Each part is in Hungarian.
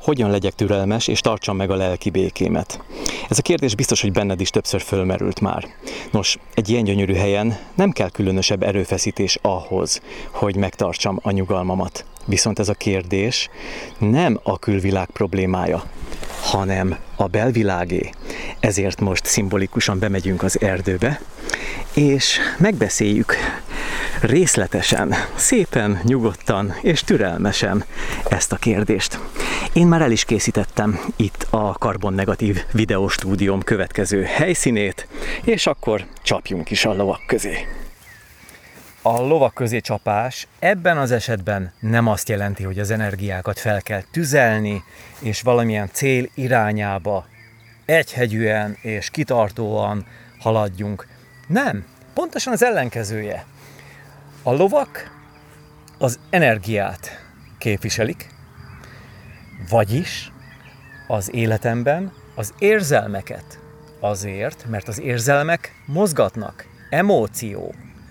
Hogyan legyek türelmes és tartsam meg a lelki békémet? Ez a kérdés biztos, hogy benned is többször fölmerült már. Nos, egy ilyen gyönyörű helyen nem kell különösebb erőfeszítés ahhoz, hogy megtartsam a nyugalmamat. Viszont ez a kérdés nem a külvilág problémája, hanem a belvilágé. Ezért most szimbolikusan bemegyünk az erdőbe, és megbeszéljük részletesen, szépen, nyugodtan és türelmesen ezt a kérdést. Én már el is készítettem itt a karbonnegatív videóstúdióm következő helyszínét, és akkor csapjunk is a lovak közé. A lovak közé csapás ebben az esetben nem azt jelenti, hogy az energiákat fel kell tüzelni, és valamilyen cél irányába egyhegyűen és kitartóan haladjunk. Nem, pontosan az ellenkezője. A lovak az energiát képviselik, vagyis az életemben az érzelmeket. Azért, mert az érzelmek mozgatnak. Emóció.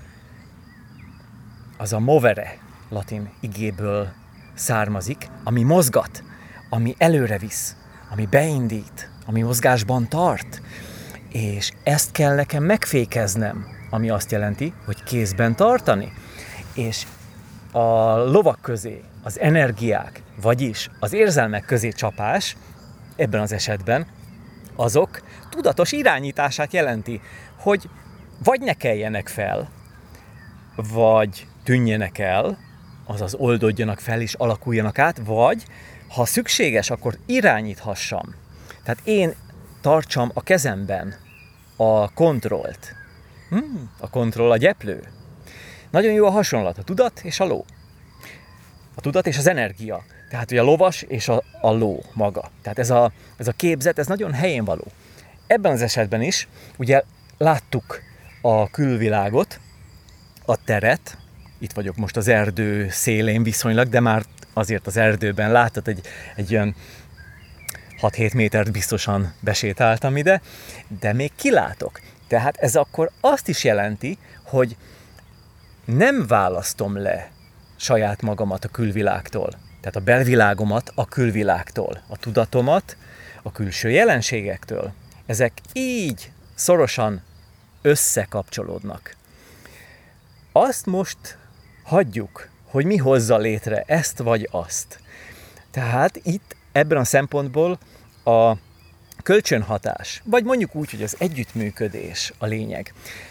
Az a movere latin igéből származik, ami mozgat, ami előre visz, ami beindít, ami mozgásban tart. És ezt kell nekem megfékeznem, ami azt jelenti, hogy kézben tartani. És a lovak közé az energiák, vagyis az érzelmek közé csapás, ebben az esetben azok tudatos irányítását jelenti, hogy vagy ne keljenek fel, vagy tűnjenek el, azaz oldódjanak fel és alakuljanak át, vagy ha szükséges, akkor irányíthassam. Tehát én tartsam a kezemben a kontrollt. A kontroll a gyeplő. Nagyon jó a hasonlat, a tudat és a ló. A tudat és az energia. Tehát, hogy a lovas és a ló maga. Tehát ez a képzet, ez nagyon helyén való. Ebben az esetben is, ugye láttuk a külvilágot, a teret, itt vagyok most az erdő szélén viszonylag, de már azért az erdőben láttad, egy olyan 6-7 métert biztosan besétáltam ide, de még kilátok. Tehát ez akkor azt is jelenti, hogy nem választom le saját magamat a külvilágtól. Tehát a belvilágomat a külvilágtól, a tudatomat a külső jelenségektől. Ezek így szorosan összekapcsolódnak. Azt most hagyjuk, hogy mi hozza létre ezt vagy azt. Tehát itt ebben a szempontból a kölcsönhatás, vagy mondjuk úgy, hogy az együttműködés a lényeg.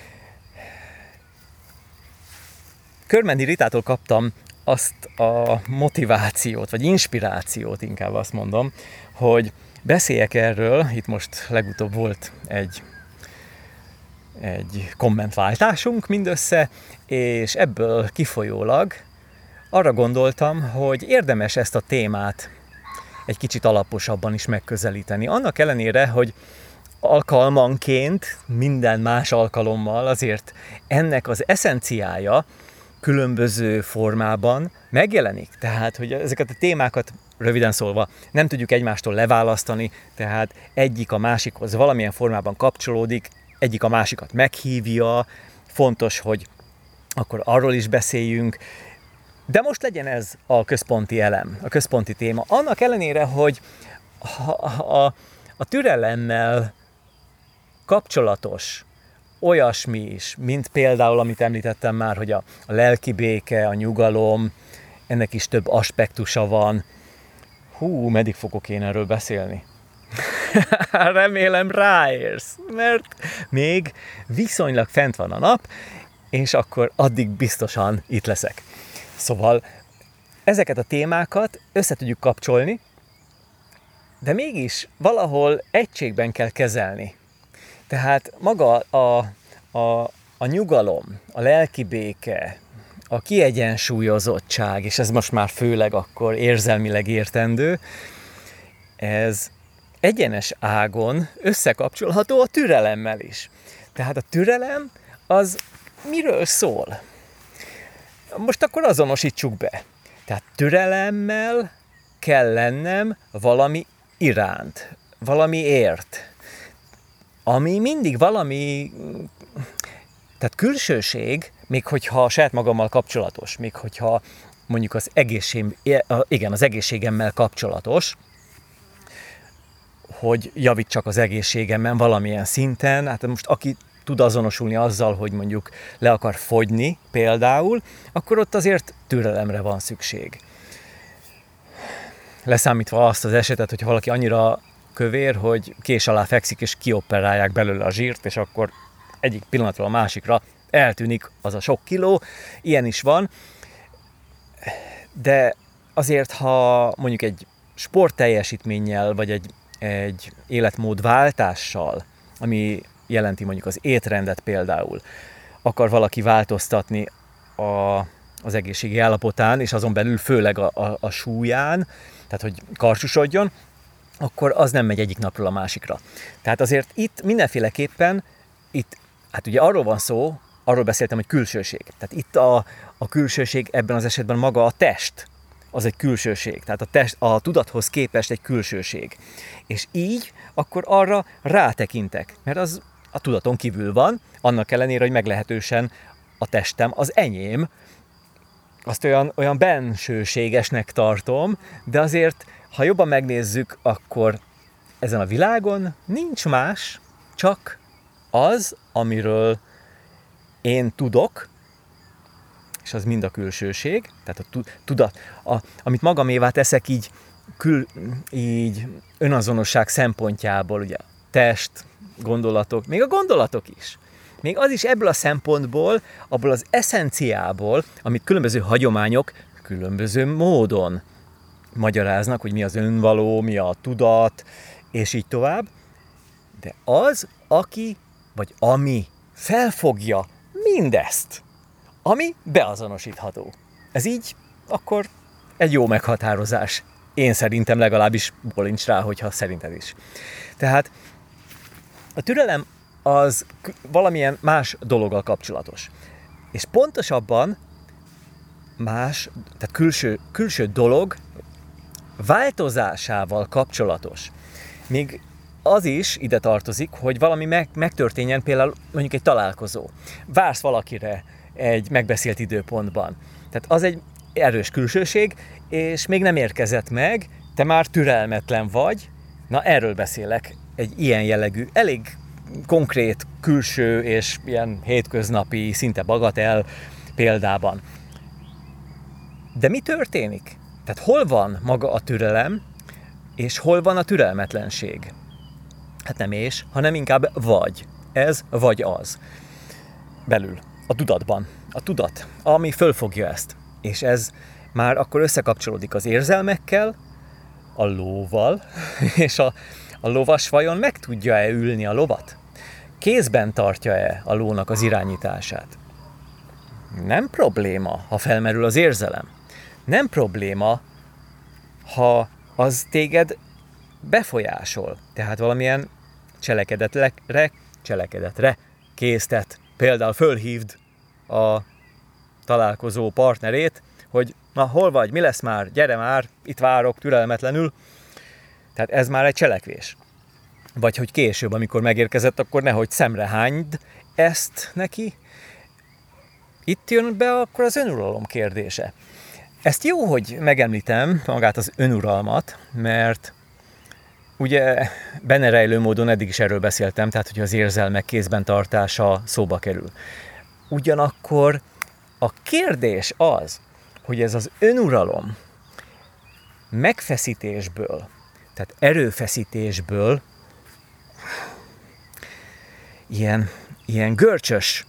Körmendi Ritától kaptam azt a motivációt, vagy inspirációt, inkább azt mondom, hogy beszéljek erről. Itt most legutóbb volt egy kommentváltásunk mindössze, és ebből kifolyólag arra gondoltam, hogy érdemes ezt a témát egy kicsit alaposabban is megközelíteni. Annak ellenére, hogy alkalmanként, minden más alkalommal azért ennek az eszenciája különböző formában megjelenik. Tehát, hogy ezeket a témákat röviden szólva nem tudjuk egymástól leválasztani, tehát egyik a másikhoz valamilyen formában kapcsolódik, egyik a másikat meghívja, fontos, hogy akkor arról is beszéljünk, de most legyen ez a központi elem, a központi téma. Annak ellenére, hogy a türelemmel kapcsolatos olyasmi is, mint például, amit említettem már, hogy a lelki béke, a nyugalom, ennek is több aspektusa van. Meddig fogok én erről beszélni? Remélem ráérsz, mert még viszonylag fent van a nap, és akkor addig biztosan itt leszek. Szóval ezeket a témákat össze tudjuk kapcsolni, de mégis valahol egységben kell kezelni. Tehát maga a nyugalom, a lelki béke, a kiegyensúlyozottság, és ez most már főleg akkor érzelmileg értendő, ez egyenes ágon összekapcsolható a türelemmel is. Tehát a türelem az miről szól? Most akkor azonosítsuk be. Tehát türelemmel kell lennem valami iránt, valamiért, ami mindig valami, tehát külsőség, még hogyha a saját magammal kapcsolatos, még hogyha mondjuk az egészségemmel kapcsolatos, hogy javítsak az egészségemben valamilyen szinten. Hát most aki tud azonosulni azzal, hogy mondjuk le akar fogyni például, akkor ott azért türelemre van szükség. Leszámítva azt az esetet, hogy valaki annyira kövér, hogy kés alá fekszik, és kioperálják belőle a zsírt, és akkor egyik pillanatról a másikra eltűnik az a sok kiló. Ilyen is van. De azért, ha mondjuk egy sportteljesítménnyel, vagy egy életmódváltással, ami jelenti mondjuk az étrendet például, akar valaki változtatni az egészségi állapotán, és azon belül főleg a súlyán, tehát hogy karcsúsodjon, akkor az nem megy egyik napról a másikra. Tehát azért itt mindenféleképpen, hát ugye arról van szó, arról beszéltem, hogy külsőség. Tehát itt a külsőség ebben az esetben maga a test, az egy külsőség. Tehát a test a tudathoz képest egy külsőség. És így akkor arra rátekintek, mert az a tudaton kívül van, annak ellenére, hogy meglehetősen a testem az enyém, azt olyan bensőségesnek tartom, de azért, ha jobban megnézzük, akkor ezen a világon nincs más, csak az, amiről én tudok, és az mind a külsőség, tehát a tudat, amit magamévá teszek így önazonosság szempontjából, ugye a test, gondolatok, még a gondolatok is. Még az is ebből a szempontból, abból az eszenciából, amit különböző hagyományok különböző módon magyaráznak, hogy mi az önvaló, mi a tudat, és így tovább. De az, aki, vagy ami felfogja mindezt, ami beazonosítható. Ez így akkor egy jó meghatározás. Én szerintem legalábbis bólincs rá, hogyha szerinted is. Tehát a türelem az valamilyen más dologgal kapcsolatos. És pontosabban más, tehát külső dolog változásával kapcsolatos. Még az is ide tartozik, hogy valami megtörténjen, például mondjuk egy találkozó. Vársz valakire egy megbeszélt időpontban. Tehát az egy erős külsőség, és még nem érkezett meg, te már türelmetlen vagy. Na, erről beszélek, egy ilyen jellegű, elég konkrét, külső és ilyen hétköznapi, szinte bagatel példában. De mi történik? Tehát hol van maga a türelem, és hol van a türelmetlenség? Hát nem és, hanem inkább vagy. Ez vagy az. Belül, a tudatban. A tudat, ami fölfogja ezt. És ez már akkor összekapcsolódik az érzelmekkel, a lóval, és a lovas vajon meg tudja-e ülni a lovat? Kézben tartja-e a lónak az irányítását? Nem probléma, ha felmerül az érzelem. Nem probléma, ha az téged befolyásol. Tehát valamilyen cselekedetre késztet. Például fölhívd a találkozó partnerét, hogy na, hol vagy, mi lesz már, gyere már, itt várok türelmetlenül. Tehát ez már egy cselekvés. Vagy hogy később, amikor megérkezett, akkor nehogy szemrehányd ezt neki. Itt jön be akkor az önuralom kérdése. Ezt jó, hogy megemlítem magát az önuralmat, mert ugye benne rejlő módon eddig is erről beszéltem, tehát hogy az érzelmek kézben tartása szóba kerül. Ugyanakkor a kérdés az, hogy ez az önuralom megfeszítésből, tehát erőfeszítésből, ilyen görcsös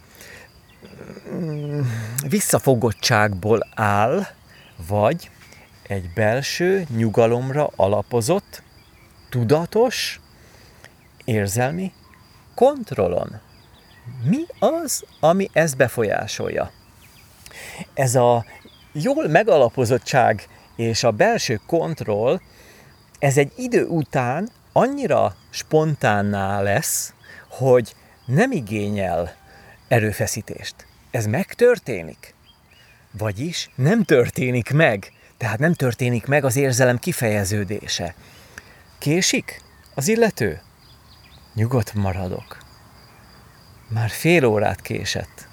visszafogottságból áll, vagy egy belső nyugalomra alapozott, tudatos, érzelmi kontrollon. Mi az, ami ezt befolyásolja? Ez a jól megalapozottság és a belső kontroll, ez egy idő után annyira spontánná lesz, hogy nem igényel erőfeszítést. Ez megtörténik. Vagyis nem történik meg. Tehát nem történik meg az érzelem kifejeződése. Késik az illető? Nyugodt maradok. Már fél órát késett.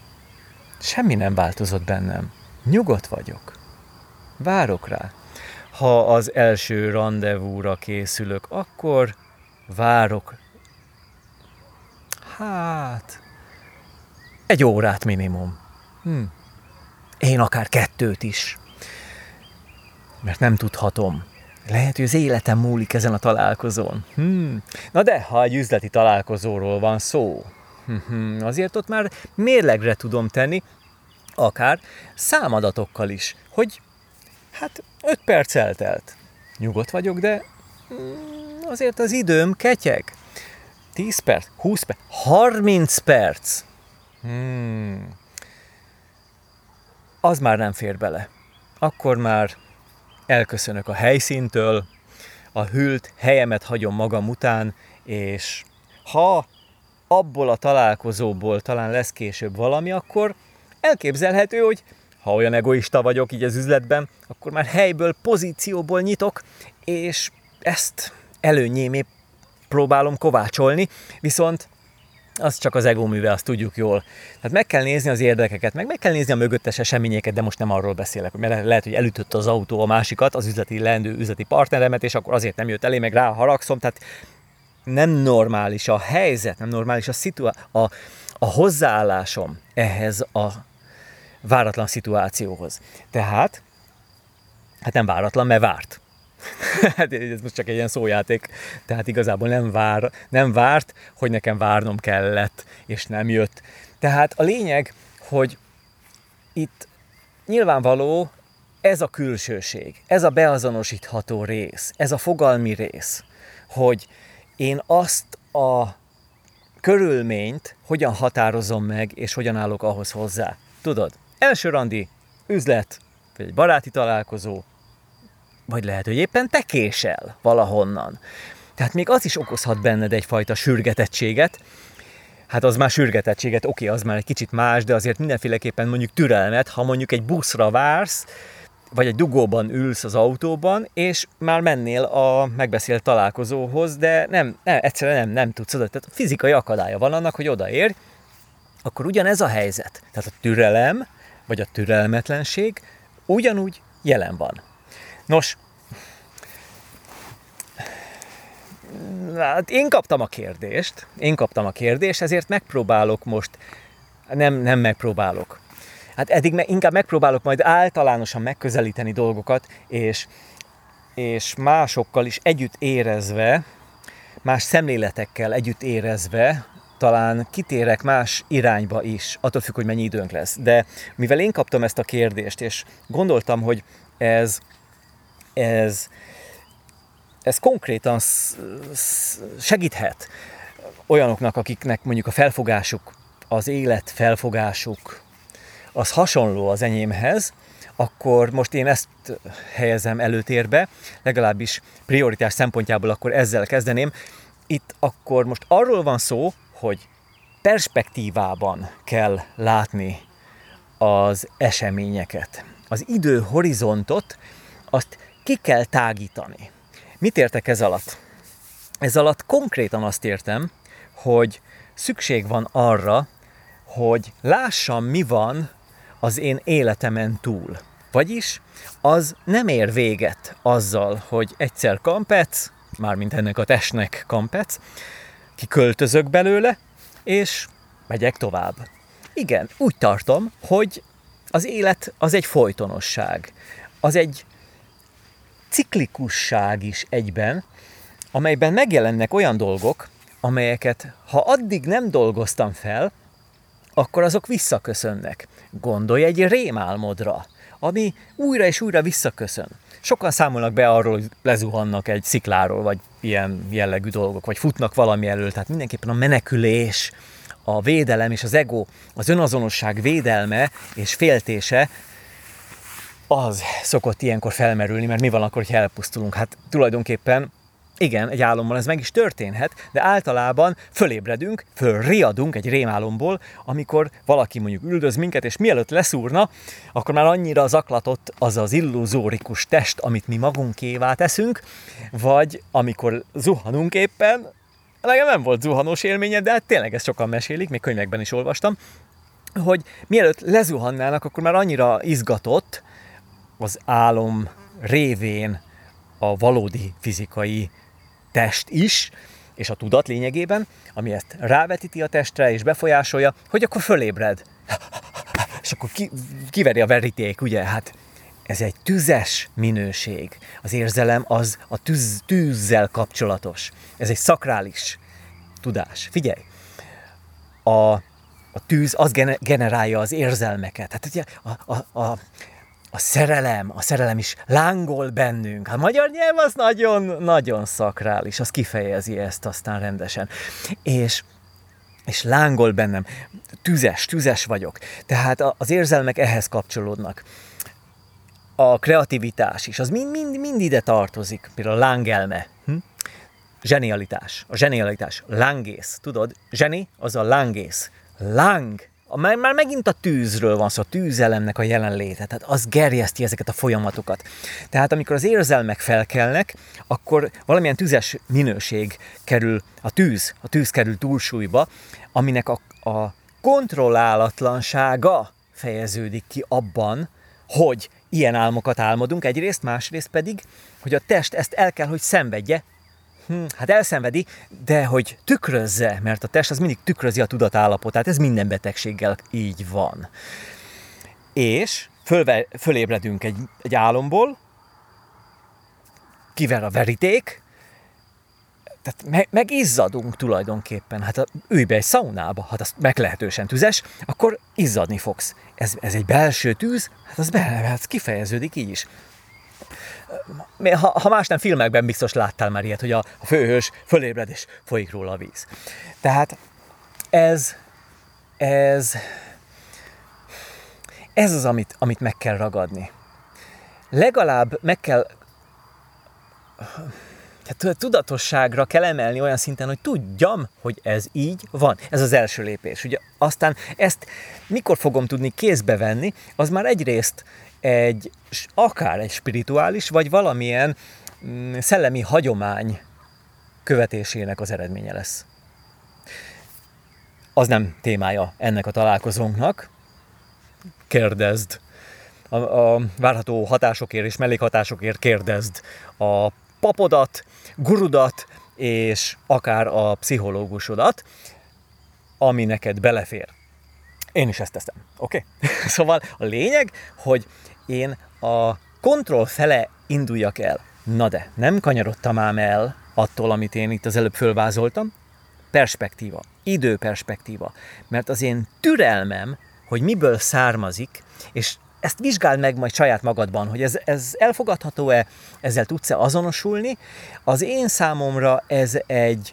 Semmi nem változott bennem. Nyugodt vagyok. Várok rá. ha az első randevúra készülök, akkor várok, hát, 1 órát minimum. Én akár 2 is. Mert nem tudhatom. Lehet, hogy az életem múlik ezen a találkozón. Na de, ha egy üzleti találkozóról van szó, azért ott már mérlegre tudom tenni, akár számadatokkal is, hogy hát 5 perc eltelt. Nyugodt vagyok, de azért az időm ketyeg. 10 perc, 20 perc, 30 perc. Az már nem fér bele. Akkor már elköszönök a helyszíntől, a hűlt helyemet hagyom magam után, és ha abból a találkozóból talán lesz később valami, akkor elképzelhető, hogy ha olyan egoista vagyok így az üzletben, akkor már helyből, pozícióból nyitok, és ezt előnyémé próbálom kovácsolni, viszont az csak az ego műve, azt tudjuk jól. Tehát meg kell nézni az érdekeket, meg kell nézni a mögöttes eseményeket, de most nem arról beszélek, mert lehet, hogy elütött az autó a másikat, az leendő üzleti partneremet, és akkor azért nem jött elé, meg rá haragszom, tehát nem normális a helyzet, nem normális a hozzáállásom ehhez a váratlan szituációhoz. Tehát, hát nem váratlan, mert várt. Ez most csak egy ilyen szójáték, tehát igazából nem várt, hogy nekem várnom kellett, és nem jött. Tehát a lényeg, hogy itt nyilvánvaló ez a külsőség, ez a beazonosítható rész, ez a fogalmi rész, hogy én azt a körülményt hogyan határozom meg, és hogyan állok ahhoz hozzá. Tudod, első randi, üzlet, vagy egy baráti találkozó, vagy lehet, hogy éppen te késel valahonnan. Tehát még az is okozhat benned egyfajta sürgetettséget. Hát az már sürgetettséget, oké, az már egy kicsit más, de azért mindenféleképpen mondjuk türelmet, ha mondjuk egy buszra vársz, vagy egy dugóban ülsz az autóban, és már mennél a megbeszélt találkozóhoz, de egyszerűen nem tudsz oda. Tehát fizikai akadálya van annak, hogy odaérj, akkor ugyanez a helyzet. Tehát a türelem, vagy a türelmetlenség ugyanúgy jelen van. Nos, hát én kaptam a kérdést, ezért megpróbálok most, nem megpróbálok. Hát eddig inkább megpróbálok majd általánosan megközelíteni dolgokat, és másokkal is együtt érezve, más szemléletekkel együtt érezve, talán kitérek más irányba is, attól függ, hogy mennyi időnk lesz. De mivel én kaptam ezt a kérdést, és gondoltam, hogy ez konkrétan segíthet olyanoknak, akiknek mondjuk a felfogásuk, az élet felfogásuk, az hasonló az enyémhez, akkor most én ezt helyezem előtérbe, legalábbis prioritás szempontjából akkor ezzel kezdeném. Itt akkor most arról van szó, hogy perspektívában kell látni az eseményeket. Az időhorizontot, azt ki kell tágítani. Mit értek ez alatt? Ez alatt konkrétan azt értem, hogy szükség van arra, hogy lássam, mi van az én életemen túl. Vagyis az nem ér véget azzal, hogy egyszer kampec, mármint ennek a testnek kampec, kiköltözök belőle, és megyek tovább. Igen, úgy tartom, hogy az élet az egy folytonosság. Az egy ciklikusság is egyben, amelyben megjelennek olyan dolgok, amelyeket ha addig nem dolgoztam fel, akkor azok visszaköszönnek. Gondolj egy rémálmodra, ami újra és újra visszaköszön. Sokan számolnak be arról, hogy lezuhannak egy szikláról, vagy ilyen jellegű dolgok, vagy futnak valami elől. Tehát mindenképpen a menekülés, a védelem és az ego, az önazonosság védelme és féltése, az szokott ilyenkor felmerülni, mert mi van akkor, hogy elpusztulunk? Hát tulajdonképpen igen, egy álomban ez meg is történhet, de általában fölébredünk, fölriadunk egy rémálomból, amikor valaki mondjuk üldöz minket, és mielőtt leszúrna, akkor már annyira zaklatott az az illuzórikus test, amit mi magunkévá teszünk, vagy amikor zuhanunk éppen, nekem nem volt zuhanós élménye, de hát tényleg ezt sokan mesélik, még könyvekben is olvastam, hogy mielőtt lezuhannának, akkor már annyira izgatott az álom révén a valódi fizikai test is, és a tudat lényegében, ami ezt rávetíti a testre és befolyásolja, hogy akkor fölébred. És akkor kiveri a veríték, ugye? Hát ez egy tüzes minőség. Az érzelem az a tűzzel kapcsolatos. Ez egy szakrális tudás. Figyelj! A tűz az generálja az érzelmeket. Hát ugye a szerelem is lángol bennünk. A magyar nyelv az nagyon, nagyon szakrális, az kifejezi ezt aztán rendesen. És lángol bennem, tüzes vagyok. Tehát az érzelmek ehhez kapcsolódnak. A kreativitás is, az mind ide tartozik. Például a lángelme. Zsenialitás. A zsenialitás. Lángész. Tudod? Zseni, az a lángész. Láng. Már megint a tűzről van szó, a tűzelemnek a jelenléte. Tehát az gerjeszti ezeket a folyamatokat. Tehát amikor az érzelmek felkelnek, akkor valamilyen tüzes minőség kerül, a tűz kerül túlsúlyba, aminek a kontrollálatlansága fejeződik ki abban, hogy ilyen álmokat álmodunk egyrészt, másrészt pedig, hogy a test ezt el kell, hogy szenvedje. Hát elszenvedi, de hogy tükrözze, mert a test az mindig tükrözi a tudatállapotát, ez minden betegséggel így van. És fölébredünk egy álomból, kiver a veríték, tehát megizzadunk tulajdonképpen. Hát ülj be egy szaunába, hát az meglehetősen tüzes, akkor izzadni fogsz. Ez egy belső tűz, hát az kifejeződik így is. Ha más nem, filmekben biztos láttál már ilyet, hogy a főhős fölébred és folyik róla a víz. Tehát ez az, amit meg kell ragadni. Legalább meg kell, tudatosságra kell emelni olyan szinten, hogy tudjam, hogy ez így van. Ez az első lépés. Ugye aztán ezt mikor fogom tudni kézbe venni, az már egyrészt akár egy spirituális, vagy valamilyen szellemi hagyomány követésének az eredménye lesz. Az nem témája ennek a találkozónknak. Kérdezd. A várható hatásokért és mellékhatásokért kérdezd a papodat, gurudat, és akár a pszichológusodat, ami neked belefér. Én is ezt teszem, oké? Szóval a lényeg, hogy én a kontroll fele induljak el. Na de, nem kanyarodtam ám el attól, amit én itt az előbb fölvázoltam. Perspektíva, időperspektíva. Mert az én türelmem, hogy miből származik, és ezt vizsgáld meg majd saját magadban, hogy ez elfogadható-e, ezzel tudsz-e azonosulni. Az én számomra ez egy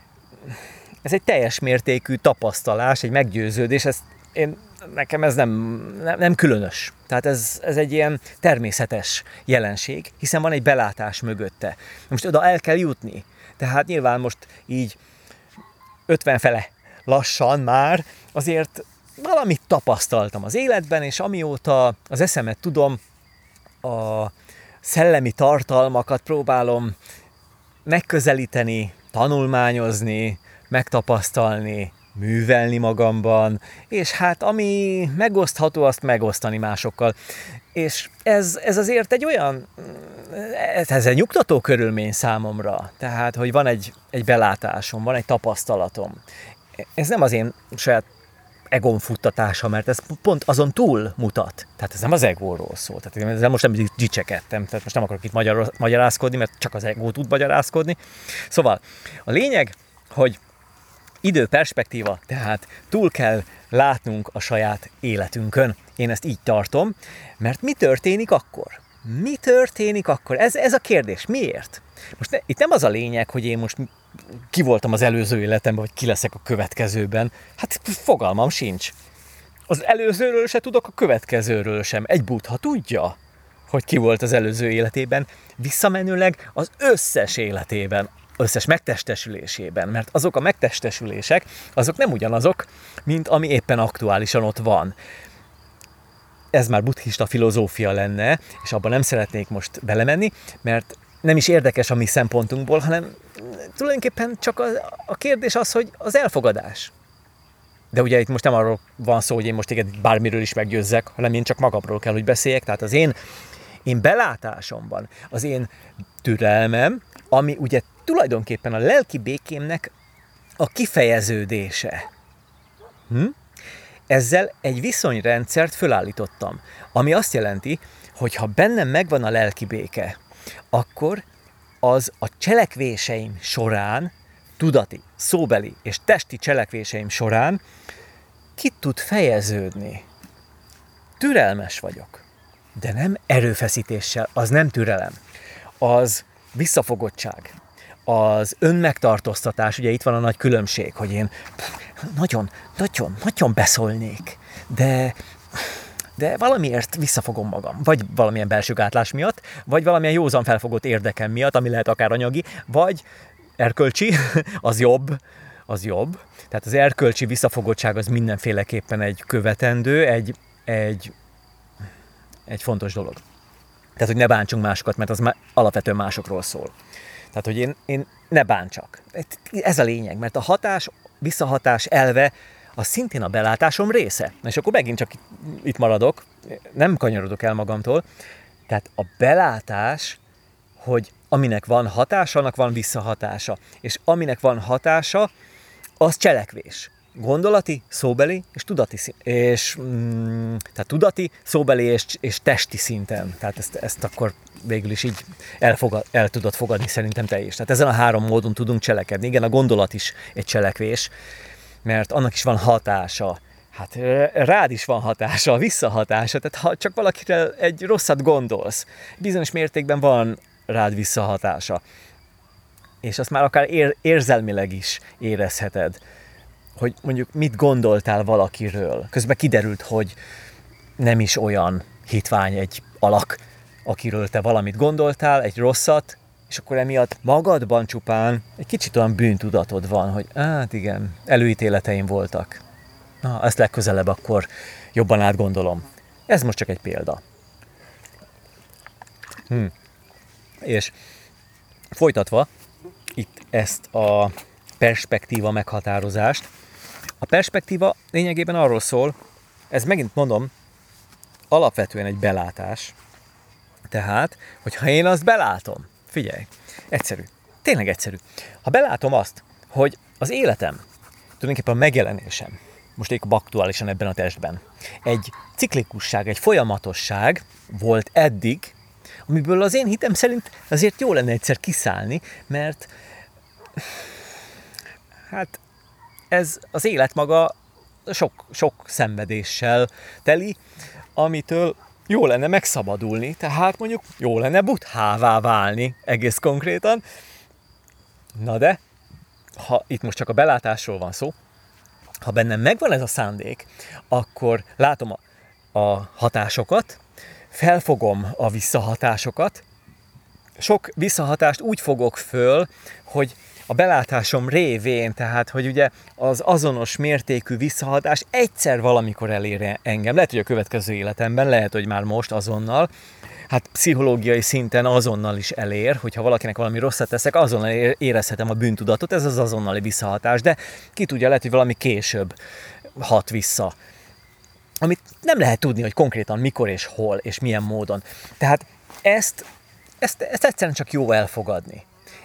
teljes mértékű tapasztalás, egy meggyőződés, nekem ez nem különös. Tehát ez egy ilyen természetes jelenség, hiszen van egy belátás mögötte. Most oda el kell jutni. Tehát nyilván most így 50 fele lassan már azért valamit tapasztaltam az életben, és amióta az eszemet tudom, a szellemi tartalmakat próbálom megközelíteni, tanulmányozni, megtapasztalni, művelni magamban, és hát ami megosztható, azt megosztani másokkal. És ez azért egy olyan, ez egy nyugtató körülmény számomra. Tehát, hogy van egy belátásom, van egy tapasztalatom. Ez nem az én saját egóm futtatása, mert ez pont azon túl mutat. Tehát ez nem az egóról szól. Tehát ezzel most nem dicsekedtem, tehát most nem akarok itt magyarázkodni, mert csak az egó tud magyarázkodni. Szóval a lényeg, hogy időperspektíva, tehát túl kell látnunk a saját életünkön. Én ezt így tartom, mert mi történik akkor? Mi történik akkor? Ez a kérdés. Miért? Most itt nem az a lényeg, hogy én most ki voltam az előző életemben, vagy ki leszek a következőben. Hát fogalmam sincs. Az előzőről se tudok, a következőről sem. Egy buddha tudja, hogy ki volt az előző életében, visszamenőleg az összes életében, összes megtestesülésében, mert azok a megtestesülések, azok nem ugyanazok, mint ami éppen aktuálisan ott van. Ez már buddhista filozófia lenne, és abban nem szeretnék most belemenni, mert nem is érdekes a mi szempontunkból, hanem tulajdonképpen csak a kérdés az, hogy az elfogadás. De ugye itt most nem arról van szó, hogy én most téged bármiről is meggyőzzek, hanem én csak magamról kell, hogy beszéljek. Tehát az én én belátásomban, az én türelmem, ami ugye tulajdonképpen a lelki békémnek a kifejeződése. Ezzel egy viszonyrendszert fölállítottam, ami azt jelenti, hogy ha bennem megvan a lelki béke, akkor az a cselekvéseim során, tudati, szóbeli és testi cselekvéseim során ki tud fejeződni. Türelmes vagyok, de nem erőfeszítéssel, az nem türelem. Az visszafogottság, az önmegtartóztatás, ugye itt van a nagy különbség, hogy én nagyon beszólnék, de valamiért visszafogom magam, vagy valamilyen belső gátlás miatt, vagy valamilyen józan felfogott érdekem miatt, ami lehet akár anyagi, vagy erkölcsi, az jobb. Tehát az erkölcsi visszafogottság az mindenféleképpen egy követendő, egy fontos dolog. Tehát, hogy ne bántsunk másokat, mert az már alapvetően másokról szól. Tehát, hogy én ne bántsak. Ez a lényeg, mert a visszahatás elve az szintén a belátásom része. És akkor megint csak itt maradok, nem kanyarodok el magamtól. Tehát a belátás, hogy aminek van hatása, annak van visszahatása. És aminek van hatása, az cselekvés. Gondolati, szóbeli és tudati tehát tudati, szóbeli és testi szinten. Tehát ezt akkor végül is így el tudod fogadni szerintem te is. Tehát ezen a 3 módon tudunk cselekedni. Igen, a gondolat is egy cselekvés, mert annak is van hatása. Hát rád is van hatása, visszahatása. Tehát ha csak valakire egy rosszat gondolsz, bizonyos mértékben van rád visszahatása. És azt már akár érzelmileg is érezheted, hogy mondjuk mit gondoltál valakiről. Közben kiderült, hogy nem is olyan hitvány egy alak, akiről te valamit gondoltál, egy rosszat, és akkor emiatt magadban csupán egy kicsit olyan bűntudatod van, hogy hát igen, előítéleteim voltak. Na, ezt legközelebb akkor jobban átgondolom. Ez most csak egy példa. És folytatva itt ezt a perspektíva meghatározást. A perspektíva lényegében arról szól, ez megint mondom, alapvetően egy belátás. Tehát, hogyha én azt belátom, figyelj, egyszerű, tényleg egyszerű. Ha belátom azt, hogy az életem, tulajdonképpen a megjelenésem, most épp aktuálisan ebben a testben, egy ciklikusság, egy folyamatosság volt eddig, amiből az én hitem szerint azért jó lenne egyszer kiszállni, mert hát ez az élet maga sok szenvedéssel teli, amitől jó lenne megszabadulni, tehát mondjuk jó lenne buddhává válni egész konkrétan. Na de, ha itt most csak a belátásról van szó, ha bennem megvan ez a szándék, akkor látom a hatásokat, felfogom a visszahatásokat, sok visszahatást úgy fogok föl, hogy a belátásom révén, tehát, hogy ugye az azonos mértékű visszahatás egyszer valamikor elér engem. Lehet, hogy a következő életemben, lehet, hogy már most azonnal, hát pszichológiai szinten azonnal is elér, hogyha valakinek valami rosszat teszek, azonnal érezhetem a bűntudatot, ez az azonnali visszahatás, de ki tudja, lehet, hogy valami később hat vissza. Amit nem lehet tudni, hogy konkrétan mikor és hol és milyen módon. Tehát ezt egyszerűen csak jó elfogadni.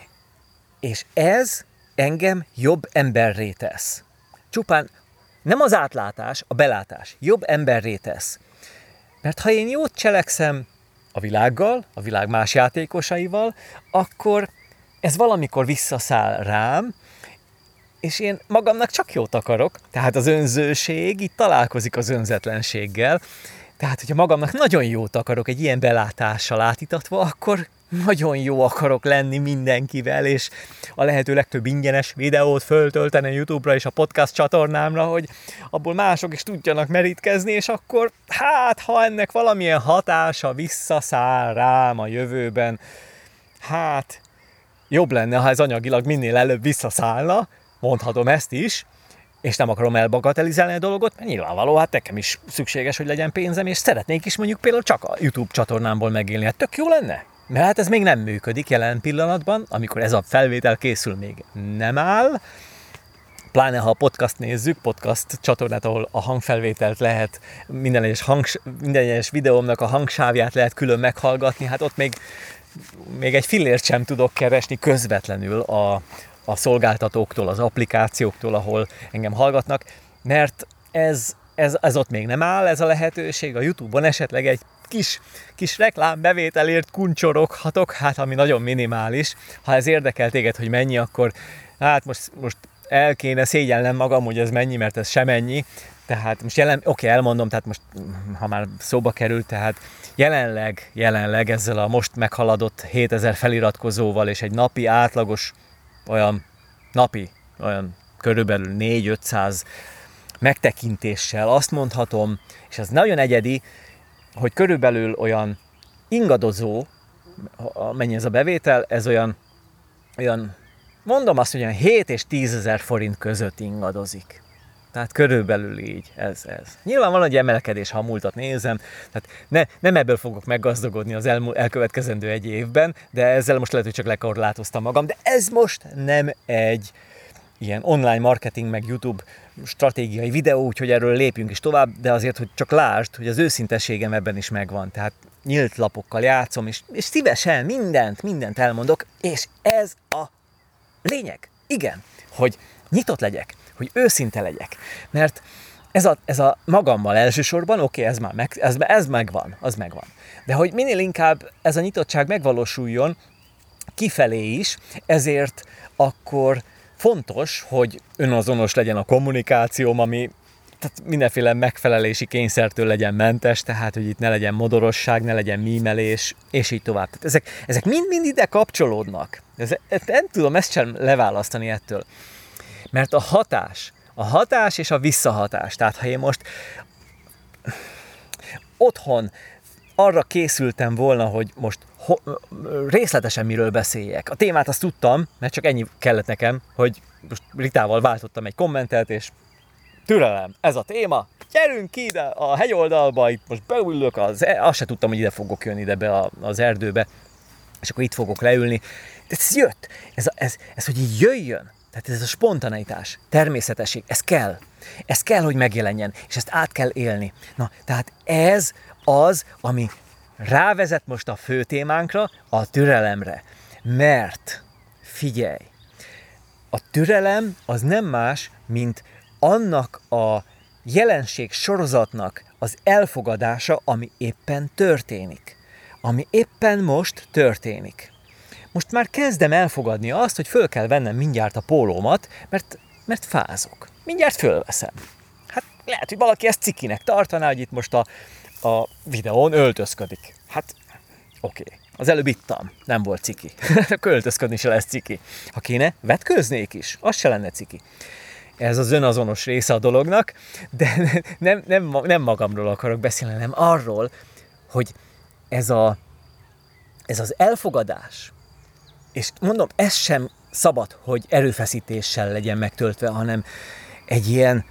És ez engem jobb emberré tesz. Csupán nem az átlátás, a belátás. Jobb emberré tesz. Mert ha én jót cselekszem a világgal, a világ más játékosaival, akkor ez valamikor visszaszáll rám, és én magamnak csak jót akarok. Tehát az önzőség itt találkozik az önzetlenséggel. Tehát, hogyha magamnak nagyon jót akarok egy ilyen belátással átítatva, akkor nagyon jó akarok lenni mindenkivel, és a lehető legtöbb ingyenes videót föltölteni a YouTube-ra és a podcast csatornámra, hogy abból mások is tudjanak merítkezni, és akkor, hát, ha ennek valamilyen hatása visszaszáll rám a jövőben, hát, jobb lenne, ha ez anyagilag minél előbb visszaszállna, mondhatom ezt is, és nem akarom elbagatelizálni a dolgot, mert nyilvánvaló, hát nekem is szükséges, hogy legyen pénzem, és szeretnék is mondjuk például csak a YouTube csatornámból megélni. Hát tök jó lenne. Mert hát ez még nem működik jelen pillanatban, amikor ez a felvétel készül, még nem áll. pláne ha a podcast nézzük, podcast csatornát, ahol a hangfelvételt lehet, minden egyes videómnak a hangsávját lehet külön meghallgatni, hát ott még egy fillért sem tudok keresni közvetlenül a szolgáltatóktól, az applikációktól, ahol engem hallgatnak, mert ez ott még nem áll, ez a lehetőség. A YouTube-on esetleg egy kis reklámbevételért kuncsoroghatok, hát ami nagyon minimális. Ha ez érdekel téged, hogy mennyi, akkor hát most el kéne szégyellnem magam, hogy ez mennyi, mert ez sem ennyi. Tehát most elmondom, tehát most, ha már szóba került, tehát jelenleg ezzel a most meghaladott 7000 feliratkozóval és egy napi átlagos olyan körülbelül 400-500 megtekintéssel azt mondhatom, és ez nagyon egyedi, hogy körülbelül olyan ingadozó, mennyi ez a bevétel, ez olyan mondom azt, hogy olyan 7 és 10 000 forint között ingadozik. Tehát körülbelül így ez. Nyilvánvalóan egy emelkedés, ha a múltat nézem, tehát nem ebből fogok meggazdagodni az elkövetkezendő egy évben, de ezzel most lehet, hogy csak lekorlátoztam magam, de ez most nem egy ilyen online marketing, meg YouTube stratégiai videó, úgyhogy erről lépjünk is tovább, de azért, hogy csak lásd, hogy az őszintességem ebben is megvan. Tehát nyílt lapokkal játszom, és szívesen mindent elmondok, és ez a lényeg. Igen, hogy nyitott legyek, hogy őszinte legyek. Mert ez a magammal elsősorban, oké, ez megvan, az megvan. De hogy minél inkább ez a nyitottság megvalósuljon kifelé is, ezért akkor fontos, hogy önazonos legyen a kommunikációm, ami tehát mindenféle megfelelési kényszertől legyen mentes, tehát hogy itt ne legyen modorosság, ne legyen mímelés, és így tovább. Tehát ezek mind ide kapcsolódnak. Nem tudom ezt sem leválasztani ettől. Mert a hatás és a visszahatás. Tehát ha én most otthon arra készültem volna, hogy most részletesen miről beszéljek. A témát azt tudtam, mert csak ennyi kellett nekem, hogy most Ritával váltottam egy kommentet, és türelem, ez a téma, gyerünk ki ide a hegyoldalba, itt most beülök, azt se tudtam, hogy ide fogok jönni ide be az erdőbe, és akkor itt fogok leülni. De ez jött, ez hogy így jöjjön, tehát ez a spontaneitás, természetesség, ez kell, hogy megjelenjen, és ezt át kell élni. Na, tehát ez az, ami rávezet most a fő témánkra, a türelemre. Mert, figyelj, a türelem az nem más, mint annak a jelenség sorozatnak az elfogadása, ami éppen történik. Ami éppen most történik. Most már kezdem elfogadni azt, hogy föl kell vennem mindjárt a pólómat, mert fázok. Mindjárt fölveszem. Hát lehet, hogy valaki ezt cikinek tartaná, hogy itt most a videón öltözködik. Hát oké. Az előbb ittam, nem volt ciki. Akkor öltözködni se lesz ciki. Ha kéne, vetkőznék is, az se lenne ciki. Ez az önazonos része a dolognak, de nem magamról akarok beszélni, hanem arról, hogy ez az elfogadás, és mondom, ez sem szabad, hogy erőfeszítéssel legyen megtöltve, hanem egy ilyen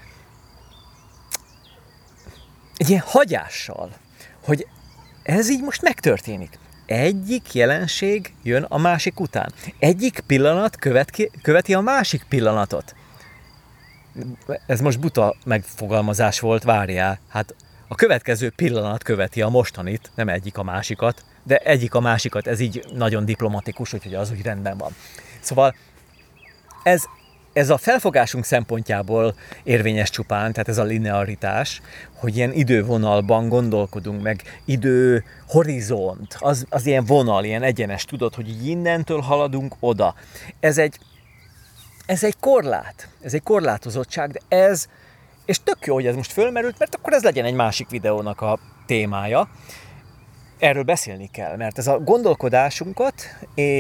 hagyással, hogy ez így most megtörténik. Egyik jelenség jön a másik után. Egyik pillanat követi a másik pillanatot. Ez most buta megfogalmazás volt, várjál. Hát a következő pillanat követi a mostanit, nem egyik a másikat, de egyik a másikat, ez így nagyon diplomatikus, úgyhogy az úgy rendben van. Szóval ez a felfogásunk szempontjából érvényes csupán, tehát ez a linearitás, hogy ilyen idővonalban gondolkodunk meg, időhorizont, az ilyen vonal, ilyen egyenes, tudod, hogy így innentől haladunk oda. Ez egy korlát, ez egy korlátozottság, de és tök jó, hogy ez most fölmerült, mert akkor ez legyen egy másik videónak a témája. Erről beszélni kell, mert ez a gondolkodásunkat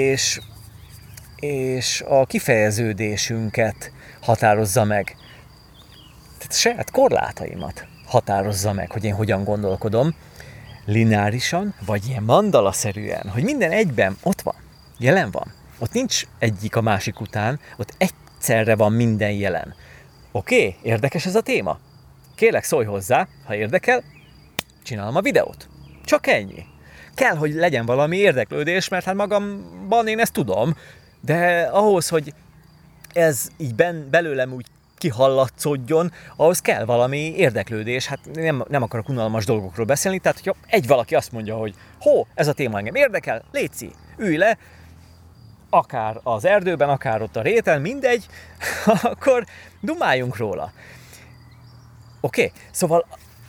és a kifejeződésünket határozza meg. Tehát saját korlátaimat határozza meg, hogy én hogyan gondolkodom, lineárisan, vagy ilyen mandalaszerűen, hogy minden egyben ott van, jelen van. Ott nincs egyik a másik után, ott egyszerre van minden jelen. Oké, érdekes ez a téma? Kérlek, szólj hozzá, ha érdekel, csinálom a videót. Csak ennyi. Kell, hogy legyen valami érdeklődés, mert hát magamban én ezt tudom, de ahhoz, hogy ez így belőlem úgy kihallatszódjon, ahhoz kell valami érdeklődés. Hát nem akarok unalmas dolgokról beszélni, tehát hogyha egy valaki azt mondja, hogy ez a téma engem érdekel, léci, ülj le, akár az erdőben, akár ott a réten, mindegy, akkor dumáljunk róla. Oké? Szóval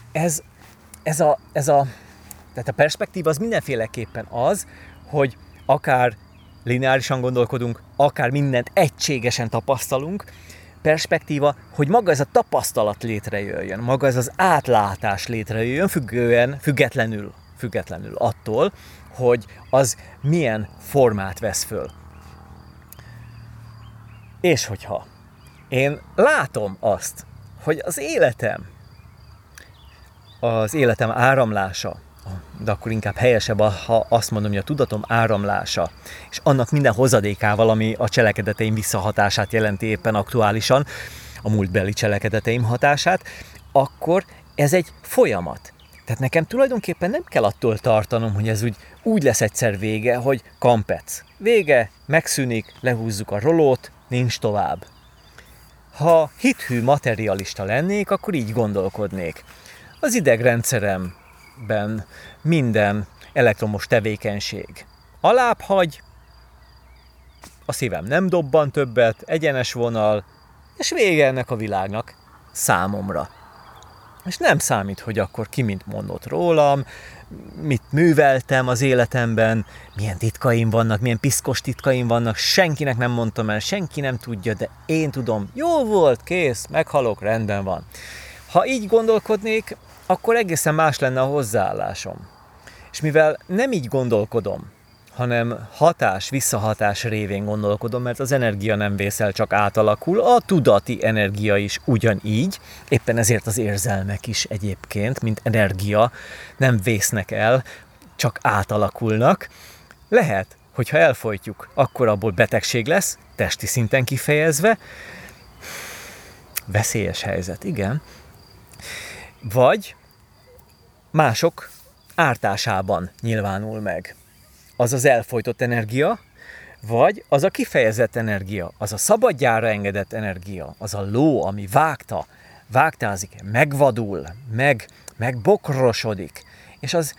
tehát a perspektíva az mindenféleképpen az, hogy akár lineárisan gondolkodunk, akár mindent egységesen tapasztalunk, perspektíva, hogy maga ez a tapasztalat létrejöjjön, maga ez az átlátás létrejöjjön, függetlenül attól, hogy az milyen formát vesz föl. És hogyha én látom azt, hogy az életem áramlása, de akkor inkább helyesebb, ha azt mondom, hogy a tudatom áramlása, és annak minden hozadékával, ami a cselekedeteim visszahatását jelenti éppen aktuálisan, a múltbeli cselekedeteim hatását, akkor ez egy folyamat. Tehát nekem tulajdonképpen nem kell attól tartanom, hogy ez úgy lesz egyszer vége, hogy kampec. Vége, megszűnik, lehúzzuk a rolót, nincs tovább. Ha hithű materialista lennék, akkor így gondolkodnék. Az idegrendszeremben minden elektromos tevékenység alább hagy, a szívem nem dobban többet, egyenes vonal, és vége ennek a világnak számomra. És nem számít, hogy akkor ki mint mondott rólam, mit műveltem az életemben, milyen titkaim vannak, milyen piszkos titkaim vannak, senkinek nem mondtam el, senki nem tudja, de én tudom, jó volt, kész, meghalok, rendben van. Ha így gondolkodnék, akkor egészen más lenne a hozzáállásom. És mivel nem így gondolkodom, hanem visszahatás révén gondolkodom, mert az energia nem vészel, csak átalakul, a tudati energia is ugyanígy, éppen ezért az érzelmek is egyébként, mint energia, nem vésznek el, csak átalakulnak. Lehet, hogyha elfojtjuk, akkor abból betegség lesz, testi szinten kifejezve, veszélyes helyzet, igen, vagy mások ártásában nyilvánul meg. Az az elfojtott energia, vagy az a kifejezett energia, az a szabadjára engedett energia, az a ló, ami vágtázik, megvadul, megbokrosodik, és az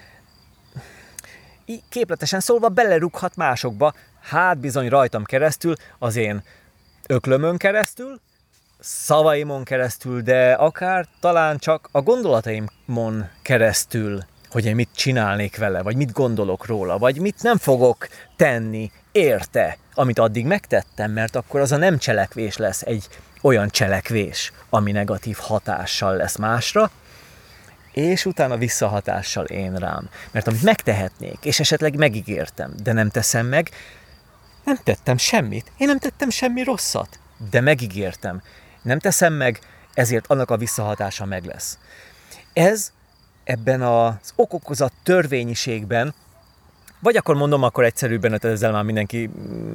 képletesen szólva belerúghat másokba, hát bizony rajtam keresztül, az én öklömön keresztül, szavaimon keresztül, de akár talán csak a gondolataimon keresztül, hogy én mit csinálnék vele, vagy mit gondolok róla, vagy mit nem fogok tenni érte, amit addig megtettem, mert akkor az a nem cselekvés lesz egy olyan cselekvés, ami negatív hatással lesz másra, és utána visszahatással én rám. Mert amit megtehetnék, és esetleg megígértem, de nem teszem meg, nem tettem semmit, én nem tettem semmi rosszat, de megígértem, nem teszem meg, ezért annak a visszahatása meg lesz. Ez ebben az okokozat törvényiségben, vagy akkor mondom, akkor egyszerűbben, hogy ezzel már mindenki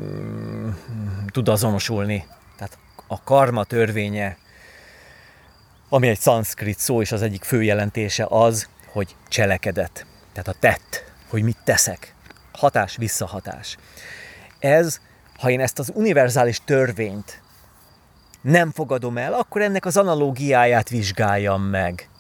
tud azonosulni. Tehát a karma törvénye, ami egy szanszkrit szó, és az egyik fő jelentése az, hogy cselekedet. Tehát a tett, hogy mit teszek. Hatás, visszahatás. Ez, ha én ezt az univerzális törvényt nem fogadom el, akkor ennek az analógiáját vizsgáljam meg.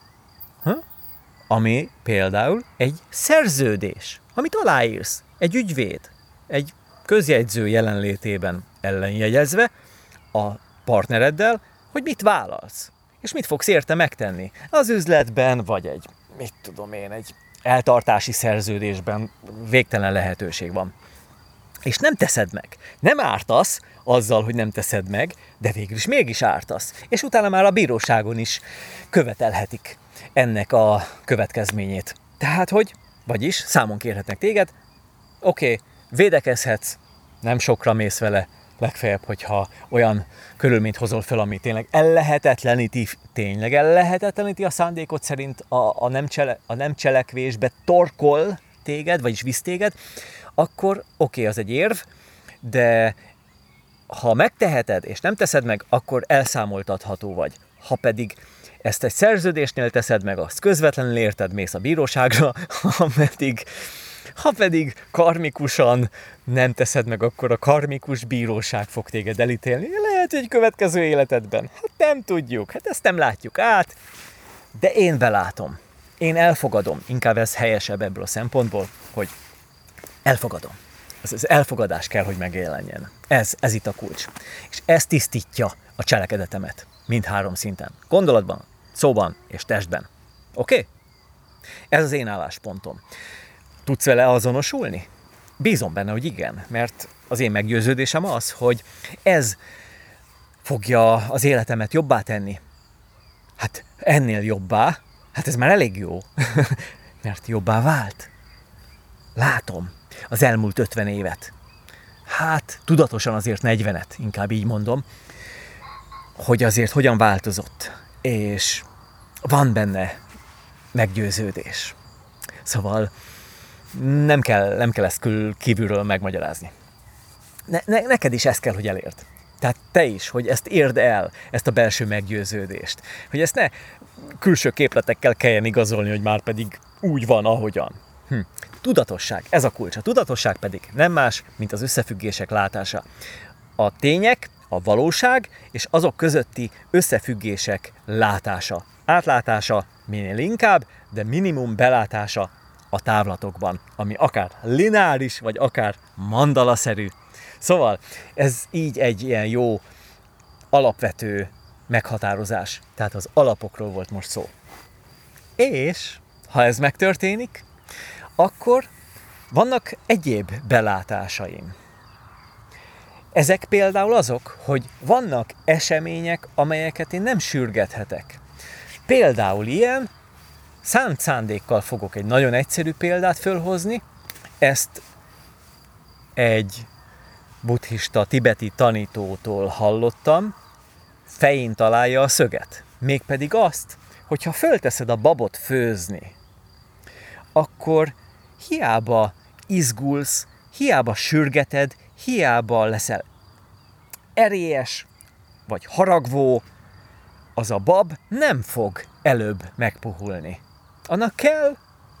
Ami például egy szerződés, amit aláírsz, egy ügyvéd, egy közjegyző jelenlétében ellenjegyezve a partnereddel, hogy mit vállalsz, és mit fogsz érte megtenni. Az üzletben, vagy egy eltartási szerződésben végtelen lehetőség van. És nem teszed meg. Nem ártasz azzal, hogy nem teszed meg, de végül is mégis ártasz. És utána már a bíróságon is követelhetik ennek a következményét. Tehát, vagyis számon kérhetnek téged, oké, védekezhetsz, nem sokra mész vele, legfeljebb, hogyha olyan körülményt hozol fel, ami tényleg ellehetetleníti a szándékot szerint a nem cselekvésbe torkol téged, vagyis visz téged, akkor oké, az egy érv, de ha megteheted és nem teszed meg, akkor elszámoltatható vagy. Ha pedig ezt egy szerződésnél teszed meg, azt közvetlenül érted, mész a bíróságra, ha pedig karmikusan nem teszed meg, akkor a karmikus bíróság fog téged elítélni. Lehet, Lehet, hogy egy következő életedben. Hát nem tudjuk, hát ezt nem látjuk át, de én belátom. Én elfogadom, inkább ez helyesebb ebből a szempontból, hogy elfogadom. Az elfogadás kell, hogy megjelenjen. Ez itt a kulcs. És ez tisztítja a cselekedetemet. Mindhárom szinten. Gondolatban, szóban és testben. Oké? Ez az én álláspontom. Tudsz vele azonosulni? Bízom benne, hogy igen, mert az én meggyőződésem az, hogy ez fogja az életemet jobbá tenni. Hát ennél jobbá, hát ez már elég jó, mert jobbá vált. Látom az elmúlt 50 évet. Hát tudatosan azért 40-et, inkább így mondom, hogy azért hogyan változott, és van benne meggyőződés. Szóval nem kell ezt kívülről megmagyarázni. Neked is ezt kell, hogy elérd. Tehát te is, hogy ezt érd el, ezt a belső meggyőződést. Hogy ezt ne külső képletekkel kelljen igazolni, hogy már pedig úgy van, ahogyan. Tudatosság, ez a kulcs. A tudatosság pedig nem más, mint az összefüggések látása. A tények, a valóság és azok közötti összefüggések látása. Átlátása minél inkább, de minimum belátása a távlatokban, ami akár lineáris, vagy akár mandalaszerű. Szóval ez így egy ilyen jó alapvető meghatározás. Tehát az alapokról volt most szó. És ha ez megtörténik, akkor vannak egyéb belátásaim. Ezek például azok, hogy vannak események, amelyeket én nem sürgethetek. Például ilyen, szánt szándékkal fogok egy nagyon egyszerű példát fölhozni, ezt egy buddhista, tibeti tanítótól hallottam, fején találja a szöget. Mégpedig azt, hogyha fölteszed a babot főzni, akkor hiába izgulsz, hiába sürgeted, hiába leszel erélyes, vagy haragvó, az a bab nem fog előbb megpuhulni. Annak kell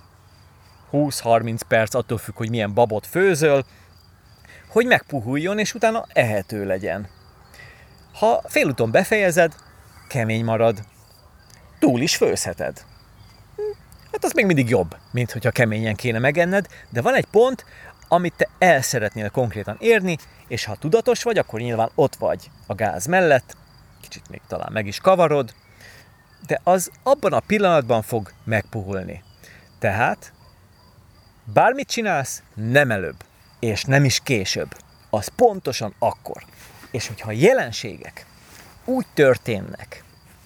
20-30 perc, attól függ, hogy milyen babot főzöl, hogy megpuhuljon, és utána ehető legyen. Ha félúton befejezed, kemény marad, túl is főzheted. Hát az még mindig jobb, mint hogyha keményen kéne megenned, de van egy pont, amit te el szeretnél konkrétan érni, és ha tudatos vagy, akkor nyilván ott vagy a gáz mellett, kicsit még talán meg is kavarod, de az abban a pillanatban fog megpuhulni. Tehát bármit csinálsz, nem előbb, és nem is később. Az pontosan akkor. És hogyha a jelenségek úgy történnek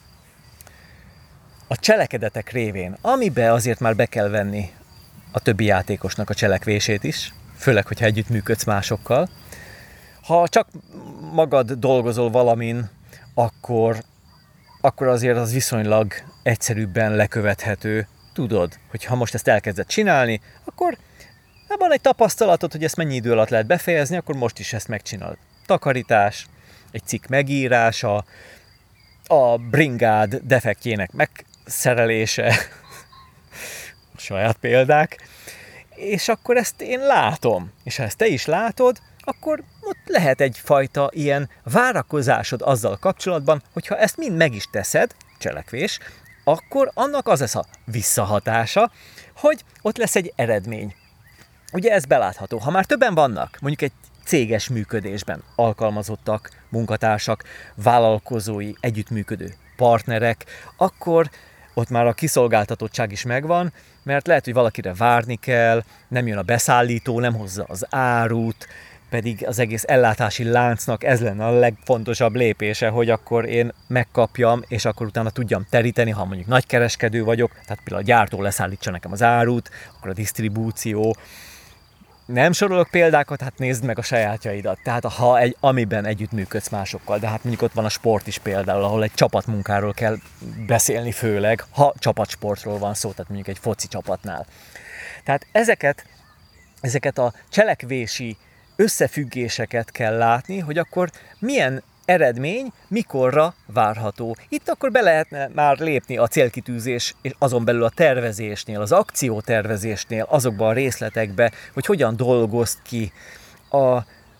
a cselekedetek révén, amiben azért már be kell venni a többi játékosnak a cselekvését is, főleg, hogyha együttműködsz másokkal, ha csak magad dolgozol valamin, akkor azért az viszonylag egyszerűbben lekövethető. Tudod, hogy ha most ezt elkezded csinálni, akkor van egy tapasztalatod, hogy ezt mennyi idő alatt lehet befejezni, akkor most is ezt megcsinálod. Takarítás, egy cikk megírása, a bringád defektjének megszerelése, saját példák, és akkor ezt én látom. És ha ezt te is látod, akkor ott lehet egyfajta ilyen várakozásod azzal kapcsolatban, hogyha ezt mind meg is teszed, cselekvés, akkor annak az lesz a visszahatása, hogy ott lesz egy eredmény. Ugye ez belátható. Ha már többen vannak, mondjuk egy céges működésben, alkalmazottak, munkatársak, vállalkozói, együttműködő partnerek, akkor ott már a kiszolgáltatottság is megvan, mert lehet, hogy valakire várni kell, nem jön a beszállító, nem hozza az árut, pedig az egész ellátási láncnak ez lenne a legfontosabb lépése, hogy akkor én megkapjam, és akkor utána tudjam teríteni, ha mondjuk nagykereskedő vagyok, tehát például a gyártó leszállítsa nekem az árut, akkor a disztribúció. Nem sorolok példákat, hát nézd meg a sajátjaidat. Tehát ha amiben együttműködsz másokkal, de hát mondjuk ott van a sport is például, ahol egy csapatmunkáról kell beszélni főleg, ha csapatsportról van szó, tehát mondjuk egy foci csapatnál. Tehát ezeket a cselekvési összefüggéseket kell látni, hogy akkor milyen eredmény mikorra várható. Itt akkor be lehetne már lépni a célkitűzés, és azon belül a tervezésnél, az akciótervezésnél, azokban a részletekbe, hogy hogyan dolgozt ki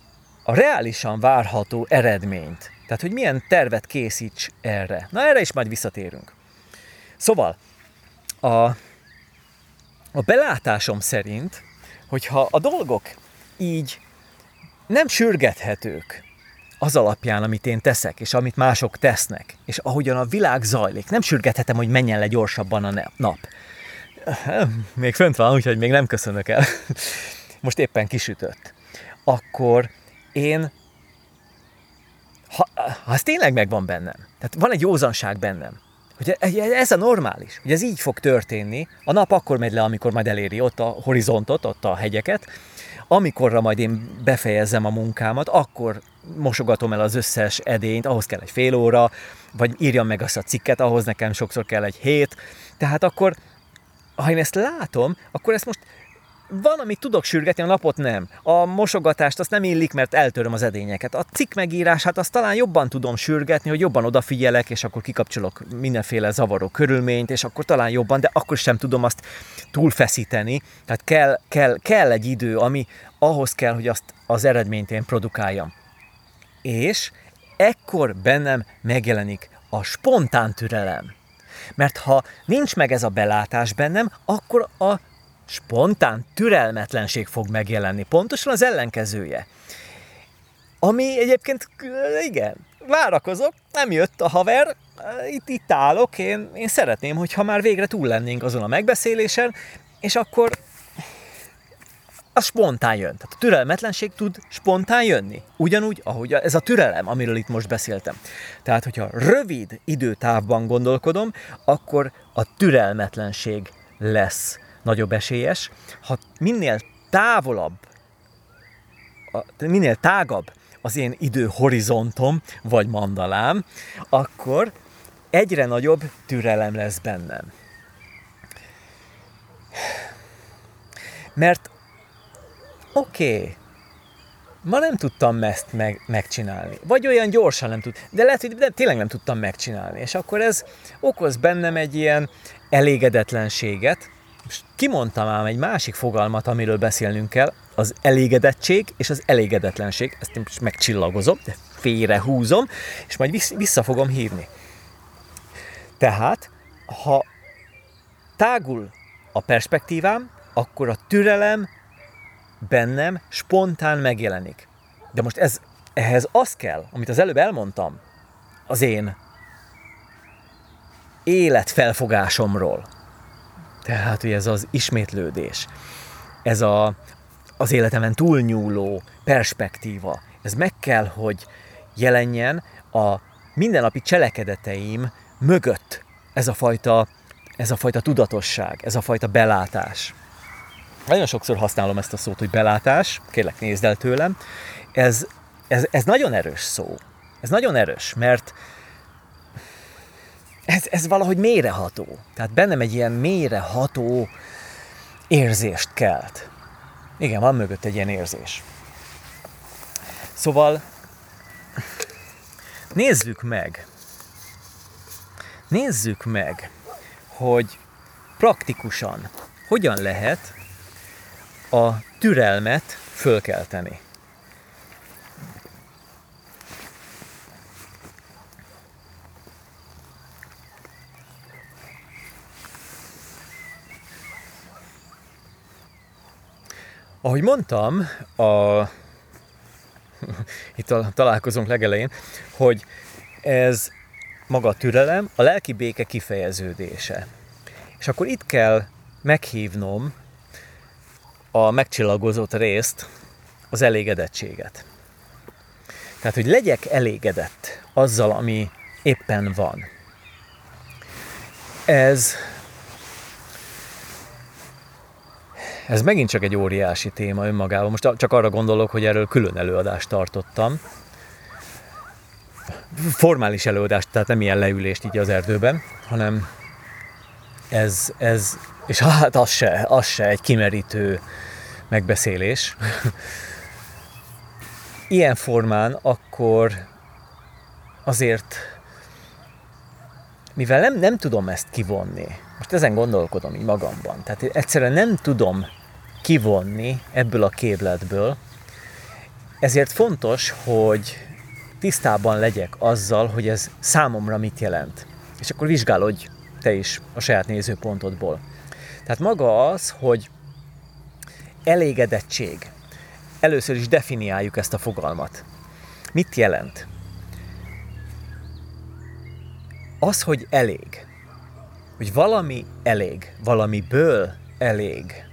a reálisan várható eredményt. Tehát, hogy milyen tervet készíts erre. Na, erre is majd visszatérünk. Szóval, a belátásom szerint, hogyha a dolgok így nem sürgethetők az alapján, amit én teszek, és amit mások tesznek, és ahogyan a világ zajlik, nem sürgethetem, hogy menjen le gyorsabban a nap. Még fönt van, úgyhogy még nem köszönök el. Most éppen kisütött. Akkor én, ha ez tényleg megvan bennem, tehát van egy józanság bennem, hogy ez a normális, hogy ez így fog történni, a nap akkor megy le, amikor majd eléri ott a horizontot, ott a hegyeket, amikorra majd én befejezzem a munkámat, akkor mosogatom el az összes edényt, ahhoz kell egy fél óra, vagy írjam meg azt a cikket, ahhoz nekem sokszor kell egy hét, tehát akkor, ha én ezt látom, akkor ezt most van, amit tudok sürgetni, a napot nem. A mosogatást azt nem illik, mert eltöröm az edényeket. A cikk megírását azt talán jobban tudom sürgetni, hogy jobban odafigyelek, és akkor kikapcsolok mindenféle zavaró körülményt, és akkor talán jobban, de akkor sem tudom azt túlfeszíteni. Tehát kell egy idő, ami ahhoz kell, hogy azt az eredményt én produkáljam. És ekkor bennem megjelenik a spontán türelem. Mert ha nincs meg ez a belátás bennem, akkor a spontán türelmetlenség fog megjelenni. Pontosan az ellenkezője. Ami egyébként, igen, várakozok, nem jött a haver, itt állok, én szeretném, hogyha már végre túl lennénk azon a megbeszélésen, és akkor az spontán jön. Tehát a türelmetlenség tud spontán jönni. Ugyanúgy, ahogy ez a türelem, amiről itt most beszéltem. Tehát, hogyha rövid időtávban gondolkodom, akkor a türelmetlenség lesz nagyobb esélyes. Ha minél tágabb az én időhorizontom, vagy mandalám, akkor egyre nagyobb türelem lesz bennem. Mert oké, ma nem tudtam ezt megcsinálni, vagy olyan gyorsan nem tudtam, de lehet, hogy tényleg nem tudtam megcsinálni, és akkor ez okoz bennem egy ilyen elégedetlenséget. Most kimondtam ám egy másik fogalmat, amiről beszélnünk kell, az elégedettség és az elégedetlenség. Ezt én most megcsillagozom, de félrehúzom, és majd vissza fogom hívni. Tehát, ha tágul a perspektívám, akkor a türelem bennem spontán megjelenik. De most ehhez az kell, amit az előbb elmondtam, az én életfelfogásomról. Tehát, hogy ez az ismétlődés, ez az életemen túlnyúló perspektíva, ez meg kell, hogy jelenjen a mindennapi cselekedeteim mögött, ez a fajta tudatosság, ez a fajta belátás. Nagyon sokszor használom ezt a szót, hogy belátás, kérlek nézd el tőlem. Ez nagyon erős szó. Ez nagyon erős, mert ez valahogy mélyreható. Tehát bennem egy ilyen mélyreható érzést kelt. Igen, van mögött egy ilyen érzés. Szóval nézzük meg, hogy praktikusan hogyan lehet a türelmet fölkelteni. Ahogy mondtam, itt a találkozónk legelején, hogy ez maga a türelem, a lelki béke kifejeződése. És akkor itt kell meghívnom a megcsillagozott részt, az elégedettséget. Tehát, hogy legyek elégedett azzal, ami éppen van. Ez megint csak egy óriási téma önmagában. Most csak arra gondolok, hogy erről külön előadást tartottam. Formális előadást, tehát nem ilyen leülést így az erdőben, hanem ez és hát az se egy kimerítő megbeszélés. Ilyen formán akkor azért, mivel nem tudom ezt kivonni, most ezen gondolkodom így magamban, tehát egyszerűen nem tudom kivonni ebből a képletből Ezért fontos, hogy tisztában legyek azzal, hogy ez számomra mit jelent. És akkor vizsgálódj te is a saját nézőpontodból. Tehát maga az, hogy elégedettség. Először is definiáljuk ezt a fogalmat. Mit jelent? Az, hogy elég. Hogy valami elég. Valamiből elég.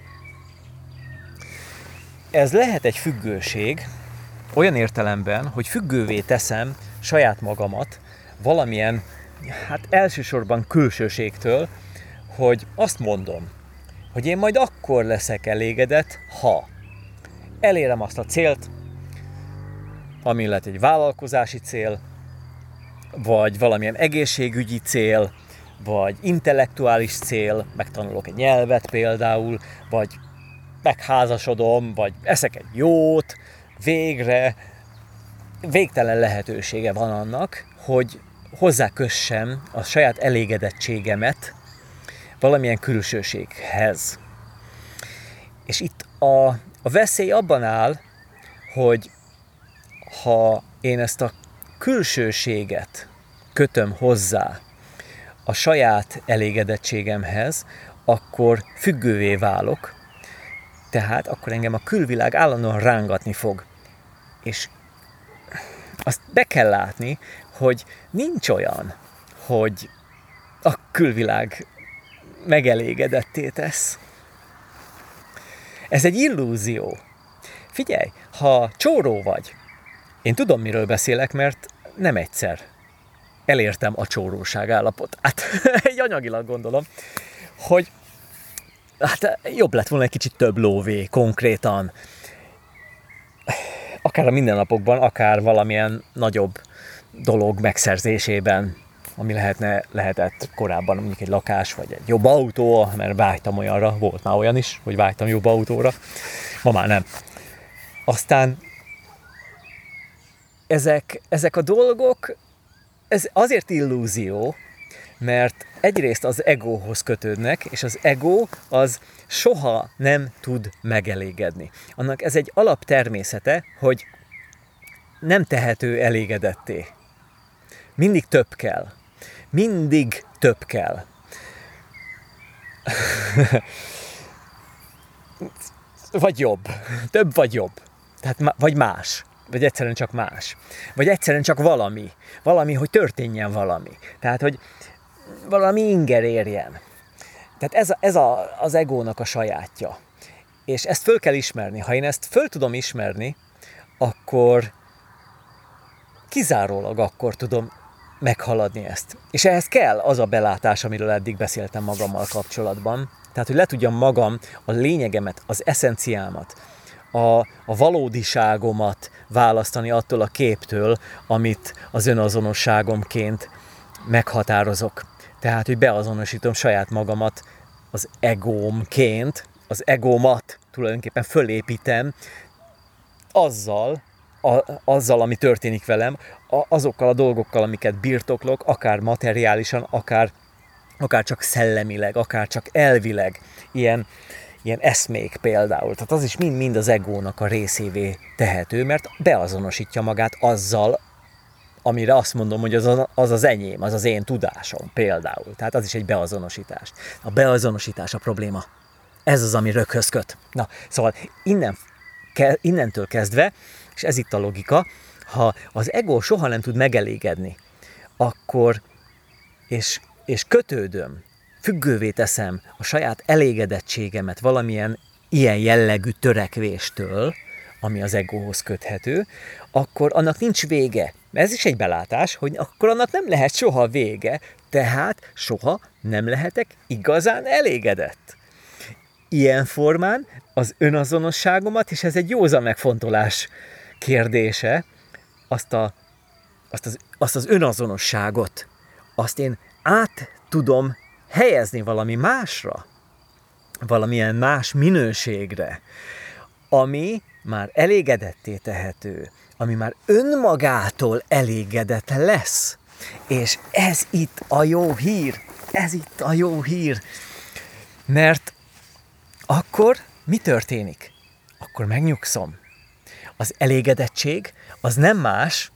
Ez lehet egy függőség, olyan értelemben, hogy függővé teszem saját magamat valamilyen, elsősorban külsőségtől, hogy azt mondom, hogy én majd akkor leszek elégedett, ha elérem azt a célt, ami lehet egy vállalkozási cél, vagy valamilyen egészségügyi cél, vagy intellektuális cél, megtanulok egy nyelvet például, vagy megházasodom, vagy eszek egy jót, végre végtelen lehetősége van annak, hogy hozzákössem a saját elégedettségemet valamilyen külsőséghez. És itt a veszély abban áll, hogy ha én ezt a külsőséget kötöm hozzá a saját elégedettségemhez, akkor függővé válok, tehát akkor engem a külvilág állandóan rángatni fog. És azt be kell látni, hogy nincs olyan, hogy a külvilág megelégedetté tesz. Ez egy illúzió. Figyelj, ha csóró vagy, én tudom, miről beszélek, mert nem egyszer elértem a csóróság állapotát. Egy anyagilag gondolom, hogy jobb lett volna egy kicsit több lóvé, konkrétan. Akár a mindennapokban, akár valamilyen nagyobb dolog megszerzésében, ami lehetett korábban mondjuk egy lakás, vagy egy jobb autó, mert vágytam olyanra, volt már olyan is, hogy vágytam jobb autóra, ma már nem. Aztán ezek a dolgok, ez azért illúzió, mert egyrészt az egóhoz kötődnek, és az ego az soha nem tud megelégedni. Annak ez egy alaptermészete, hogy nem tehető elégedetté. Mindig több kell. Mindig több kell. Vagy jobb. Több vagy jobb. Tehát vagy más. Vagy egyszerűen csak más. Vagy egyszerűen csak valami. Valami, hogy történjen valami. Tehát, hogy valami inger érjen. Tehát ez az egónak a sajátja. És ezt föl kell ismerni. Ha én ezt föl tudom ismerni, akkor kizárólag akkor tudom meghaladni ezt. És ehhez kell az a belátás, amiről eddig beszéltem magammal kapcsolatban. Tehát, hogy le tudjam magam a lényegemet, az eszenciámat, a valódiságomat választani attól a képtől, amit az önazonosságomként meghatározok. Tehát, hogy beazonosítom saját magamat az egómként, az egómat tulajdonképpen fölépítem azzal, ami történik velem, azokkal a dolgokkal, amiket birtoklok, akár materiálisan, akár csak szellemileg, akár csak elvileg, ilyen eszmék például. Tehát az is mind az egónak a részévé tehető, mert beazonosítja magát azzal, amire azt mondom, hogy az az enyém, az az én tudásom például. Tehát az is egy beazonosítás. A beazonosítás a probléma. Ez az, ami röghöz köt. Na, szóval innentől kezdve, és ez itt a logika, ha az ego soha nem tud megelégedni, akkor, és kötődöm, függővé teszem a saját elégedettségemet valamilyen ilyen jellegű törekvéstől, ami az egóhoz köthető, akkor annak nincs vége. Ez is egy belátás, hogy akkor annak nem lehet soha vége, tehát soha nem lehetek igazán elégedett. Ilyen formán az önazonosságomat, és ez egy józan megfontolás kérdése, azt az önazonosságot, azt én át tudom helyezni valami másra, valamilyen más minőségre, ami már elégedetté tehető, ami már önmagától elégedett lesz. És ez itt a jó hír, mert akkor mi történik? Akkor megnyugszom. Az elégedettség az nem más,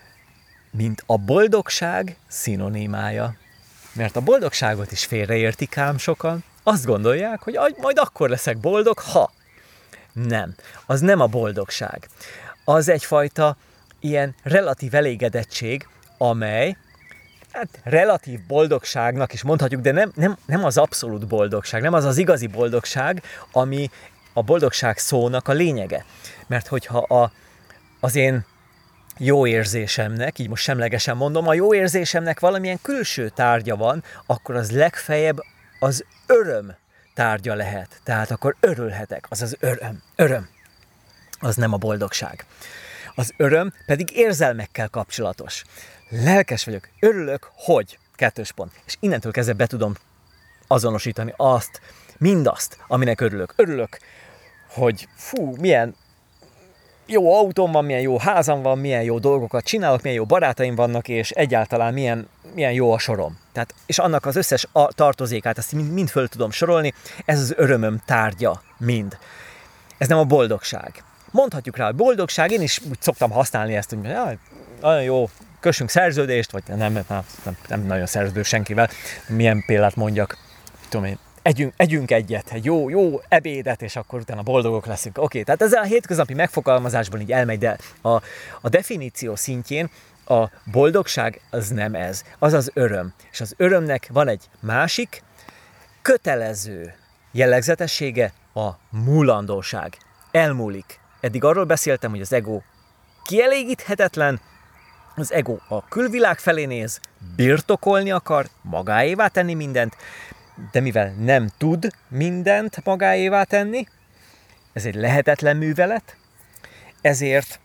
mint a boldogság szinonimája. Mert a boldogságot is félreértik ám sokan. Azt gondolják, hogy majd akkor leszek boldog, ha. Nem. Az nem a boldogság. Az egyfajta ilyen relatív elégedettség, amely relatív boldogságnak is mondhatjuk, de nem az abszolút boldogság, nem az az igazi boldogság, ami a boldogság szónak a lényege. Mert hogyha az én jó érzésemnek, így most semlegesen mondom, a jó érzésemnek valamilyen külső tárgya van, akkor az legfeljebb az öröm tárgya lehet. Tehát akkor örülhetek, az az öröm. Öröm. Az nem a boldogság. Az öröm pedig érzelmekkel kapcsolatos. Lelkes vagyok, örülök, hogy, 2. pont. És innentől kezdve be tudom azonosítani mindazt, aminek örülök. Örülök, hogy milyen jó autóm van, milyen jó házam van, milyen jó dolgokat csinálok, milyen jó barátaim vannak, és egyáltalán milyen jó a sorom. Tehát, és annak az összes tartozékát, ezt mind föl tudom sorolni, ez az örömöm tárgya, mind. Ez nem a boldogság. Mondhatjuk rá, hogy boldogság, én is úgy szoktam használni ezt, hogy nagyon jó, kössünk szerződést, vagy nem nagyon szerződő senkivel, milyen példát mondjak, tudom én, együnk egyet, egy jó ebédet, és akkor utána boldogok leszünk. Oké, tehát ez a hétköznapi megfogalmazásban így elmegy, de a definíció szintjén a boldogság az nem ez, az az öröm. És az örömnek van egy másik, kötelező jellegzetessége, a múlandóság. Elmúlik. Eddig arról beszéltem, hogy az ego kielégíthetetlen, az ego a külvilág felé néz, birtokolni akar, magáévá tenni mindent, de mivel nem tud mindent magáévá tenni, ez egy lehetetlen művelet, ezért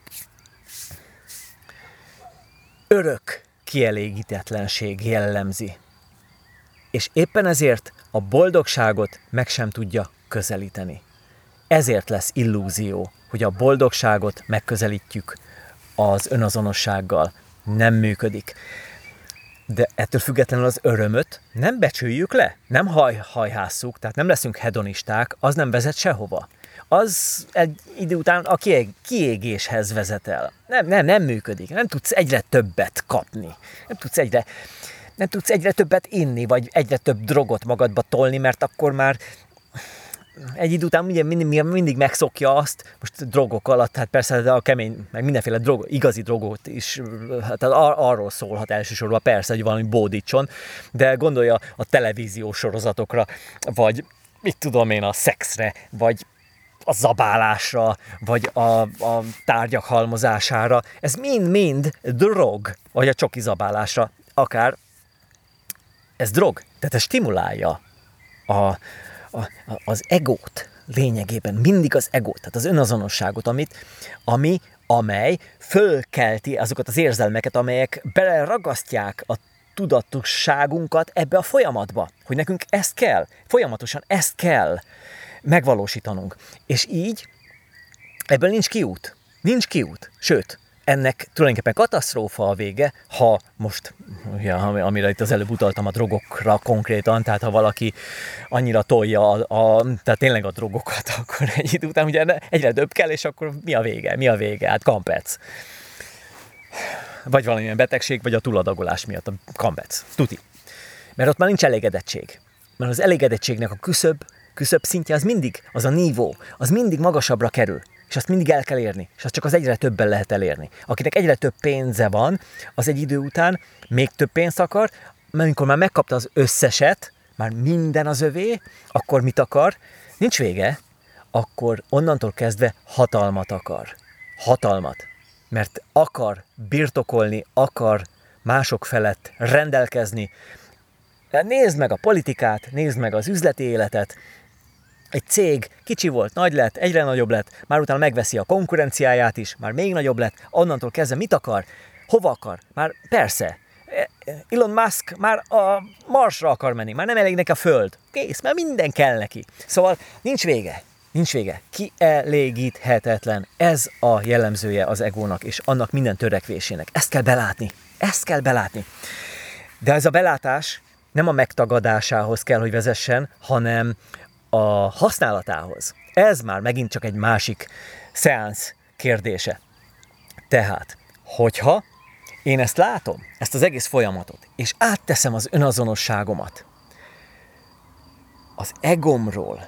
örök kielégítetlenség jellemzi. És éppen ezért a boldogságot meg sem tudja közelíteni. Ezért lesz illúzió, hogy a boldogságot megközelítjük az önazonossággal. Nem működik. De ettől függetlenül az örömöt nem becsüljük le, nem hajhásszuk, tehát nem leszünk hedonisták, az nem vezet sehova. Az egy idő után a kiégéshez vezet el. Nem működik, nem tudsz egyre többet kapni, nem tudsz egyre többet inni, vagy egyre több drogot magadba tolni, mert akkor már egy idő után mindig megszokja azt, most drogok alatt, hát persze a kemény, meg mindenféle igazi drogot is, hát arról szólhat elsősorban persze, hogy valami bódítson, de gondolja a televíziós sorozatokra, vagy mit tudom én, a szexre, vagy a zabálásra, vagy a tárgyak halmozására. Ez mind drog, vagy a csoki zabálásra, akár ez drog, tehát ez stimulálja az egót lényegében, mindig az egót, tehát az önazonosságot, amely fölkelti azokat az érzelmeket, amelyek beleragasztják a tudatosságunkat ebbe a folyamatba, hogy nekünk ezt kell, folyamatosan ezt kell megvalósítanunk. És így ebből nincs kiút, sőt, ennek tulajdonképpen katasztrófa a vége, ha most, amire itt az előbb utaltam a drogokra konkrétan, tehát ha valaki annyira tolja tehát tényleg a drogokat, akkor egy idő után ugye egyre több kell, és akkor mi a vége? Hát kampec. Vagy valamilyen betegség, vagy a túladagolás miatt a kampec. Tuti. Mert ott már nincs elégedettség. Mert az elégedettségnek a küszöb szintje az a nívó, az mindig magasabbra kerül. És azt mindig el kell érni, és azt csak az egyre többen lehet elérni. Akinek egyre több pénze van, az egy idő után még több pénzt akar, mert amikor már megkapta az összeset, már minden az övé, akkor mit akar? Nincs vége, akkor onnantól kezdve hatalmat akar. Hatalmat. Mert akar birtokolni, akar mások felett rendelkezni. Nézd meg a politikát, nézd meg az üzleti életet. Egy cég kicsi volt, nagy lett, egyre nagyobb lett, már utána megveszi a konkurenciáját is, már még nagyobb lett, onnantól kezdve mit akar? Hova akar? Már persze, Elon Musk már a Marsra akar menni, már nem elég neki a Föld. Kész, már minden kell neki. Szóval nincs vége. Kielégíthetetlen. Ez a jellemzője az egónak és annak minden törekvésének. Ezt kell belátni. De ez a belátás nem a megtagadásához kell, hogy vezessen, hanem a használatához. Ez már megint csak egy másik szeánsz kérdése. Tehát, hogyha én ezt látom, ezt az egész folyamatot, és átteszem az önazonosságomat az egomról,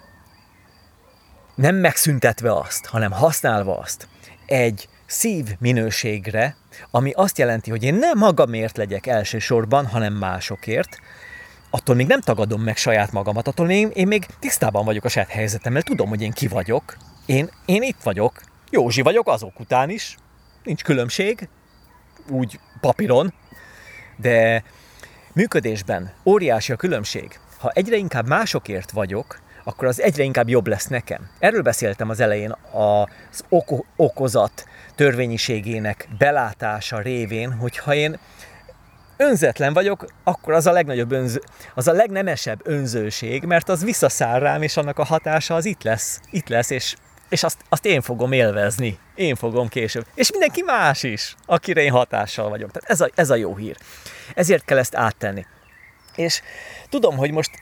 nem megszüntetve azt, hanem használva azt egy szív minőségre, ami azt jelenti, hogy én nem magamért legyek elsősorban, hanem másokért, attól még nem tagadom meg saját magamat, attól még én még tisztában vagyok a saját helyzetemmel, tudom, hogy én ki vagyok, én itt vagyok, Józsi vagyok azok után is, nincs különbség, úgy papíron, de működésben óriási a különbség. Ha egyre inkább másokért vagyok, akkor az egyre inkább jobb lesz nekem. Erről beszéltem az elején az okozat törvényiségének belátása révén, hogyha én önzetlen vagyok, akkor az a legnagyobb az a legnemesebb önzőség, mert az visszaszáll rám, és annak a hatása az itt lesz, és azt én fogom élvezni, én fogom később. És mindenki más is, akire én hatással vagyok. Tehát ez a jó hír. Ezért kell ezt áttenni. És tudom, hogy most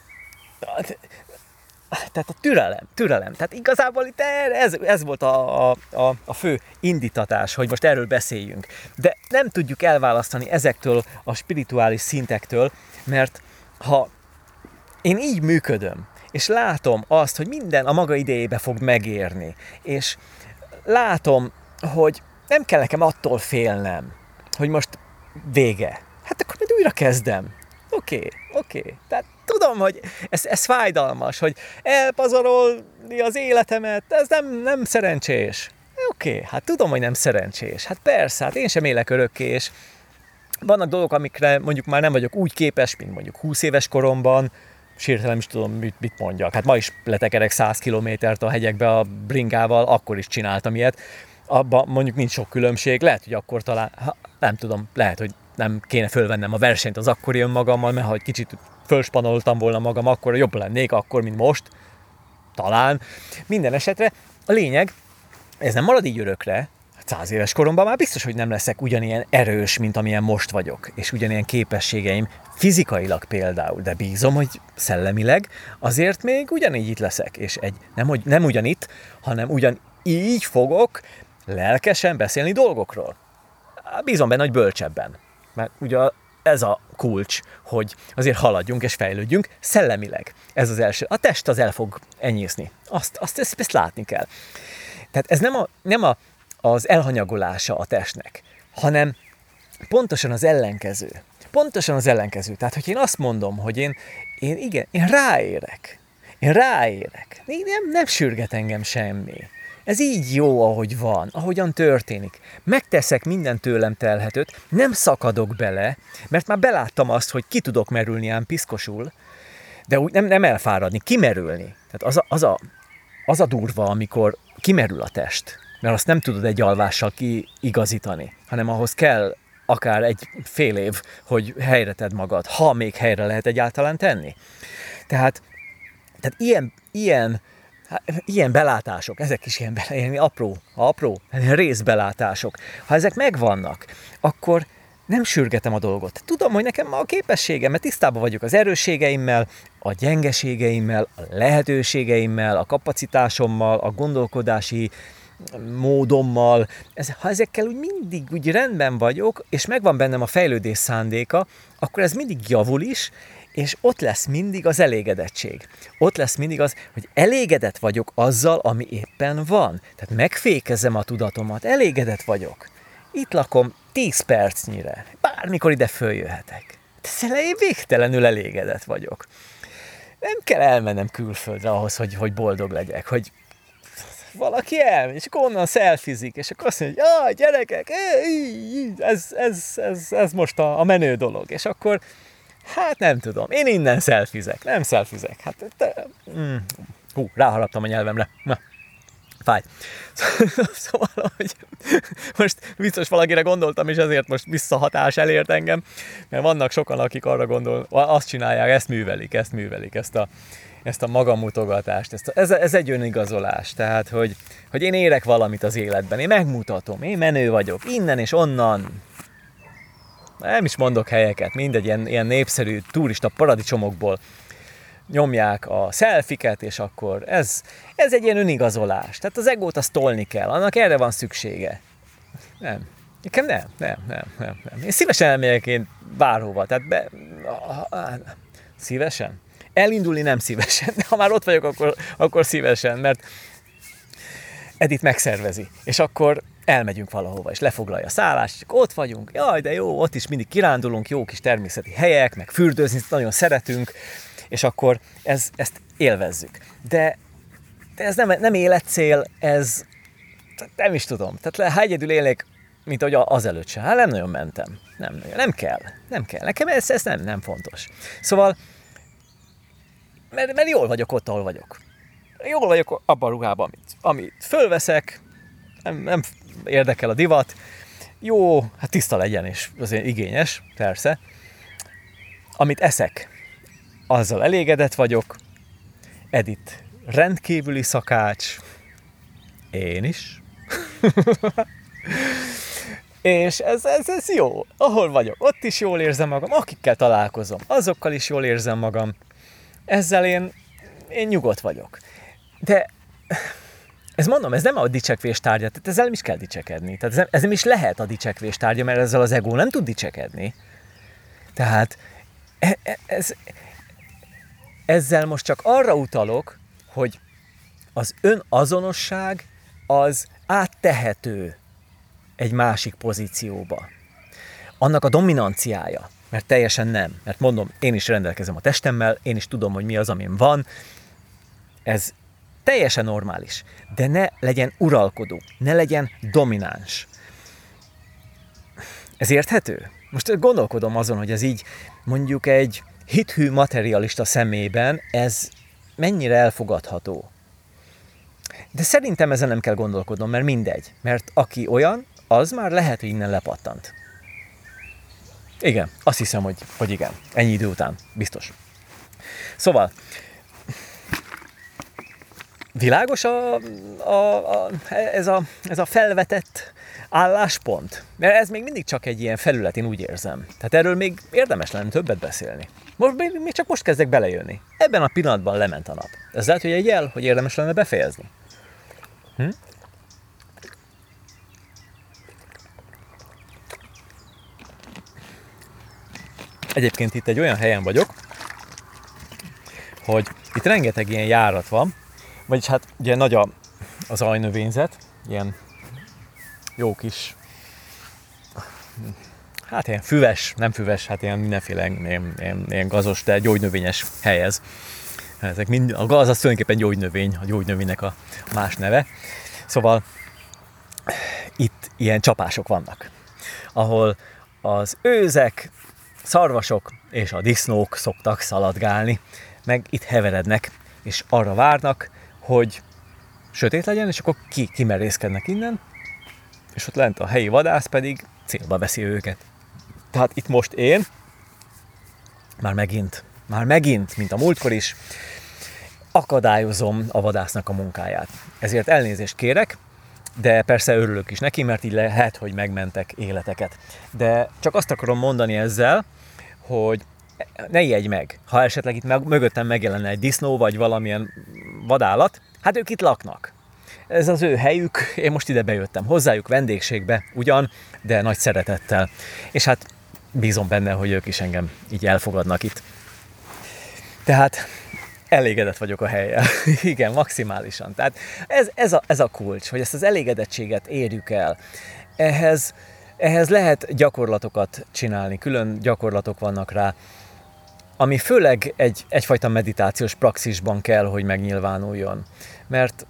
tehát a türelem. Tehát igazából itt ez volt a fő indítatás, hogy most erről beszéljünk. De nem tudjuk elválasztani ezektől a spirituális szintektől, mert ha én így működöm, és látom azt, hogy minden a maga idejébe fog megérni, és látom, hogy nem kell nekem attól félnem, hogy most vége. Hát akkor majd újra kezdem. Oké. Tehát tudom, hogy ez fájdalmas, hogy elpazarolni az életemet, ez nem szerencsés. Hát tudom, hogy nem szerencsés. Hát persze, hát én sem élek örökké, és vannak dolgok, amikre mondjuk már nem vagyok úgy képes, mint mondjuk 20 éves koromban, és hirtelen is tudom, mit mondjak. Hát ma is letekerek 100 kilométert a hegyekbe a bringával, akkor is csináltam ilyet. Abban mondjuk nincs sok különbség, lehet, hogy akkor talán, nem tudom, lehet, hogy nem kéne fölvennem a versenyt az akkori önmagammal, mert ha egy kicsit fölspanoltam volna magam, akkor jobb lennék akkor, mint most. Talán. Minden esetre a lényeg, ez nem marad így örökre. 100 éves koromban már biztos, hogy nem leszek ugyanilyen erős, mint amilyen most vagyok, és ugyanilyen képességeim fizikailag például, de bízom, hogy szellemileg azért még ugyanígy itt leszek, és nem ugyanitt, hanem ugyanígy fogok lelkesen beszélni dolgokról. Bízom benne, hogy bölcsebben. Mert ugye ez a kulcs, hogy azért haladjunk és fejlődjünk szellemileg. Ez az első. A test az el fog enyészni. Ezt látni kell. Tehát ez nem az elhanyagolása a testnek, hanem pontosan az ellenkező. Pontosan az ellenkező. Tehát, hogy én azt mondom, hogy én ráérek. Nem sürget engem semmi. Ez így jó, ahogy van, ahogyan történik. Megteszek minden tőlem telhetőt, nem szakadok bele, mert már beláttam azt, hogy ki tudok merülni ám piszkosul, de úgy nem elfáradni, kimerülni. Tehát az a durva, amikor kimerül a test, mert azt nem tudod egy alvással kiigazítani, hanem ahhoz kell akár egy fél év, hogy helyre tedd magad, ha még helyre lehet egyáltalán tenni. Tehát ilyen belátások, ezek is ilyen apró részbelátások. Ha ezek megvannak, akkor nem sürgetem a dolgot. Tudom, hogy nekem a képességem, mert tisztában vagyok az erősségeimmel, a gyengeségeimmel, a lehetőségeimmel, a kapacitásommal, a gondolkodási módommal. Ha ezekkel úgy mindig úgy rendben vagyok, és megvan bennem a fejlődés szándéka, akkor ez mindig javul is, és ott lesz mindig az elégedettség. Ott lesz mindig az, hogy elégedett vagyok azzal, ami éppen van. Tehát megfékezem a tudatomat, elégedett vagyok. Itt lakom 10 percnyire, bármikor ide följöhetek. De én végtelenül elégedett vagyok. Nem kell elmennem külföldre ahhoz, hogy boldog legyek, hogy valaki elmegy, és akkor onnan szelfizik, és akkor azt mondja, hogy jaj, gyerekek, ez most a menő dolog, és akkor hát nem tudom, én innen nem szelfizek. Hát, ráharaptam a nyelvemre. Na, fáj. Szóval, hogy most biztos valakire gondoltam, és ezért most visszahatás elért engem, mert vannak sokan, akik arra azt csinálják, ezt művelik, ezt a magamutogatást. Ez egy önigazolás, tehát, hogy én érek valamit az életben, én megmutatom, én menő vagyok, innen és onnan. Nem is mondok helyeket, mindegy, ilyen népszerű turista paradicsomokból nyomják a selfiket, és akkor ez egy ilyen önigazolás. Tehát az egót azt tolni kell, annak erre van szüksége. Nem. Nekem nem. Én szívesen elmegyek én bárhova, tehát szívesen? Elindulni nem szívesen, de ha már ott vagyok, akkor szívesen, mert Edith megszervezi, és akkor elmegyünk valahova, és lefoglalja a szállást, és ott vagyunk, jaj, de jó, ott is mindig kirándulunk, jó kis természeti helyek, meg fürdőzni, nagyon szeretünk, és akkor ezt élvezzük. De ez nem életcél, ez nem is tudom. Tehát ha egyedül élek, mint ahogy azelőtt sem, nem nagyon mentem. Nem kell. Nekem ez nem fontos. Szóval, mert jól vagyok ott, ahol vagyok. Jól vagyok abban a ruhában, amit fölveszek, nem érdekel a divat. Jó, hát tiszta legyen, és azért igényes, persze. Amit eszek, azzal elégedett vagyok. Edith rendkívüli szakács. Én is. És ez jó. Ahol vagyok, ott is jól érzem magam. Akikkel találkozom, azokkal is jól érzem magam. Ezzel én nyugodt vagyok. De ez nem a dicsekvés tárgya, tehát ezzel nem is kell dicsekedni. Tehát ez nem is lehet a dicsekvés tárgya, mert ezzel az ego nem tud dicsekedni. Tehát ezzel most csak arra utalok, hogy az önazonosság az áttehető egy másik pozícióba. Annak a dominanciája, mert teljesen nem. Mert mondom, én is rendelkezem a testemmel, én is tudom, hogy mi az, amin van. Ez teljesen normális. De ne legyen uralkodó, ne legyen domináns. Ez érthető? Most gondolkodom azon, hogy ez így mondjuk egy hithű materialista szemében ez mennyire elfogadható. De szerintem ezen nem kell gondolkodnom, mert mindegy. Mert aki olyan, az már lehet, hogy innen lepattant. Igen, azt hiszem, hogy igen. Ennyi idő után. Biztos. Szóval, világos ez a felvetett álláspont? Mert ez még mindig csak egy ilyen felület, én úgy érzem. Tehát erről még érdemes lenne többet beszélni. Még csak most kezdek belejönni. Ebben a pillanatban lement a nap. Ez lehet, hogy egy jel, hogy érdemes lenne befejezni. Egyébként itt egy olyan helyen vagyok, hogy itt rengeteg ilyen járat van, vagyis hát ugye nagy az ajnövényzet, ilyen jó kis, hát ilyen füves, nem füves, hát ilyen mindenféle ilyen gazos, de gyógynövényes hely ez. A gaz az tulajdonképpen gyógynövény, a gyógynövénynek a más neve. Szóval itt ilyen csapások vannak, ahol az őzek, szarvasok és a disznók szoktak szaladgálni, meg itt heverednek, és arra várnak, hogy sötét legyen, és akkor kimerészkednek innen, és ott lent a helyi vadász pedig célba veszi őket. Tehát itt most én, már megint, mint a múltkor is, akadályozom a vadásznak a munkáját. Ezért elnézést kérek, de persze örülök is neki, mert így lehet, hogy megmentek életeket. De csak azt akarom mondani ezzel, hogy ne ijedj meg, ha esetleg itt mögöttem megjelenne egy disznó, vagy valamilyen vadállat, hát ők itt laknak. Ez az ő helyük, én most ide bejöttem hozzájuk vendégségbe, ugyan, de nagy szeretettel. És hát bízom benne, hogy ők is engem így elfogadnak itt. Tehát elégedett vagyok a hellyel. Igen, maximálisan. Tehát ez a kulcs, hogy ezt az elégedettséget érjük el. Ehhez lehet gyakorlatokat csinálni, külön gyakorlatok vannak rá, ami főleg egyfajta meditációs praxisban kell, hogy megnyilvánuljon. Mert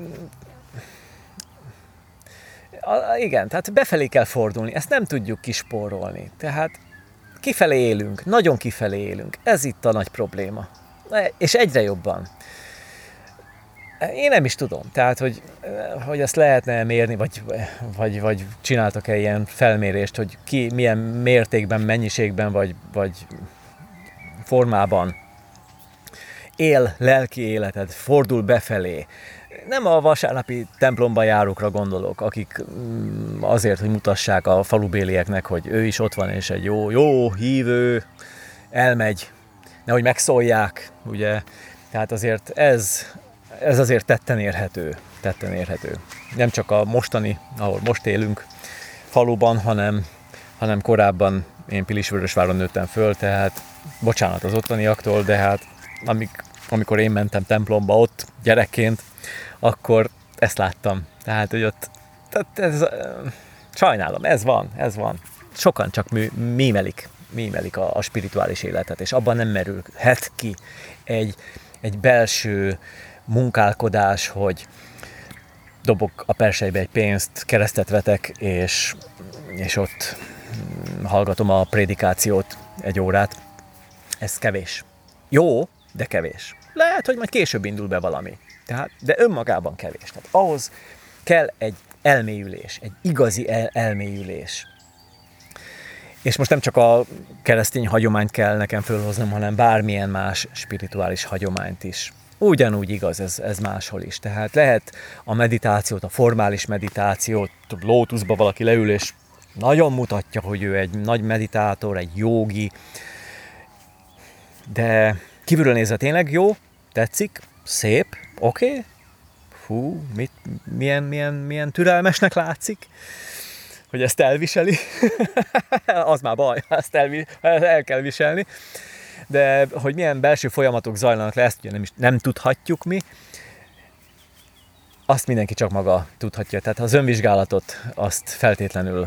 igen, tehát befelé kell fordulni, ezt nem tudjuk kispórolni. Tehát kifelé élünk, nagyon kifelé élünk. Ez itt a nagy probléma. És egyre jobban. Én nem is tudom, tehát, hogy ezt lehetne mérni, vagy csináltak-e ilyen felmérést, hogy ki milyen mértékben, mennyiségben, vagy formában él lelki életed, fordul befelé. Nem a vasárnapi templomba járókra gondolok, akik azért, hogy mutassák a falubélieknek, hogy ő is ott van, és egy jó hívő, elmegy nehogy megszólják, ugye. Tehát azért ez azért tetten érhető. Nem csak a mostani, ahol most élünk faluban, hanem korábban én Pilisvörösváron nőttem föl, tehát bocsánat az ottaniaktól, de hát amikor én mentem templomba ott gyerekként, akkor ezt láttam. Tehát, hogy ott, sajnálom, ez van. Sokan csak mímelik a spirituális életet, és abban nem merülhet ki egy belső munkálkodás, hogy dobok a persejbe egy pénzt, keresztet vetek, és ott hallgatom a prédikációt egy órát. Ez kevés. Jó, de kevés. Lehet, hogy majd később indul be valami. De önmagában kevés. Tehát ahhoz kell egy elmélyülés, egy igazi elmélyülés. És most nem csak a keresztény hagyományt kell nekem fölhoznom, hanem bármilyen más spirituális hagyományt is. Ugyanúgy igaz ez máshol is. Tehát lehet a meditációt, a formális meditációt, lótuszba valaki leül, és nagyon mutatja, hogy ő egy nagy meditátor, egy jógi, de kívülről nézve tényleg jó, tetszik, szép, oké. Hú, milyen türelmesnek látszik, hogy ezt elviseli. Az már baj, ezt el kell viselni. De hogy milyen belső folyamatok zajlanak le, ezt ugye nem tudhatjuk mi. Azt mindenki csak maga tudhatja. Tehát az önvizsgálatot azt feltétlenül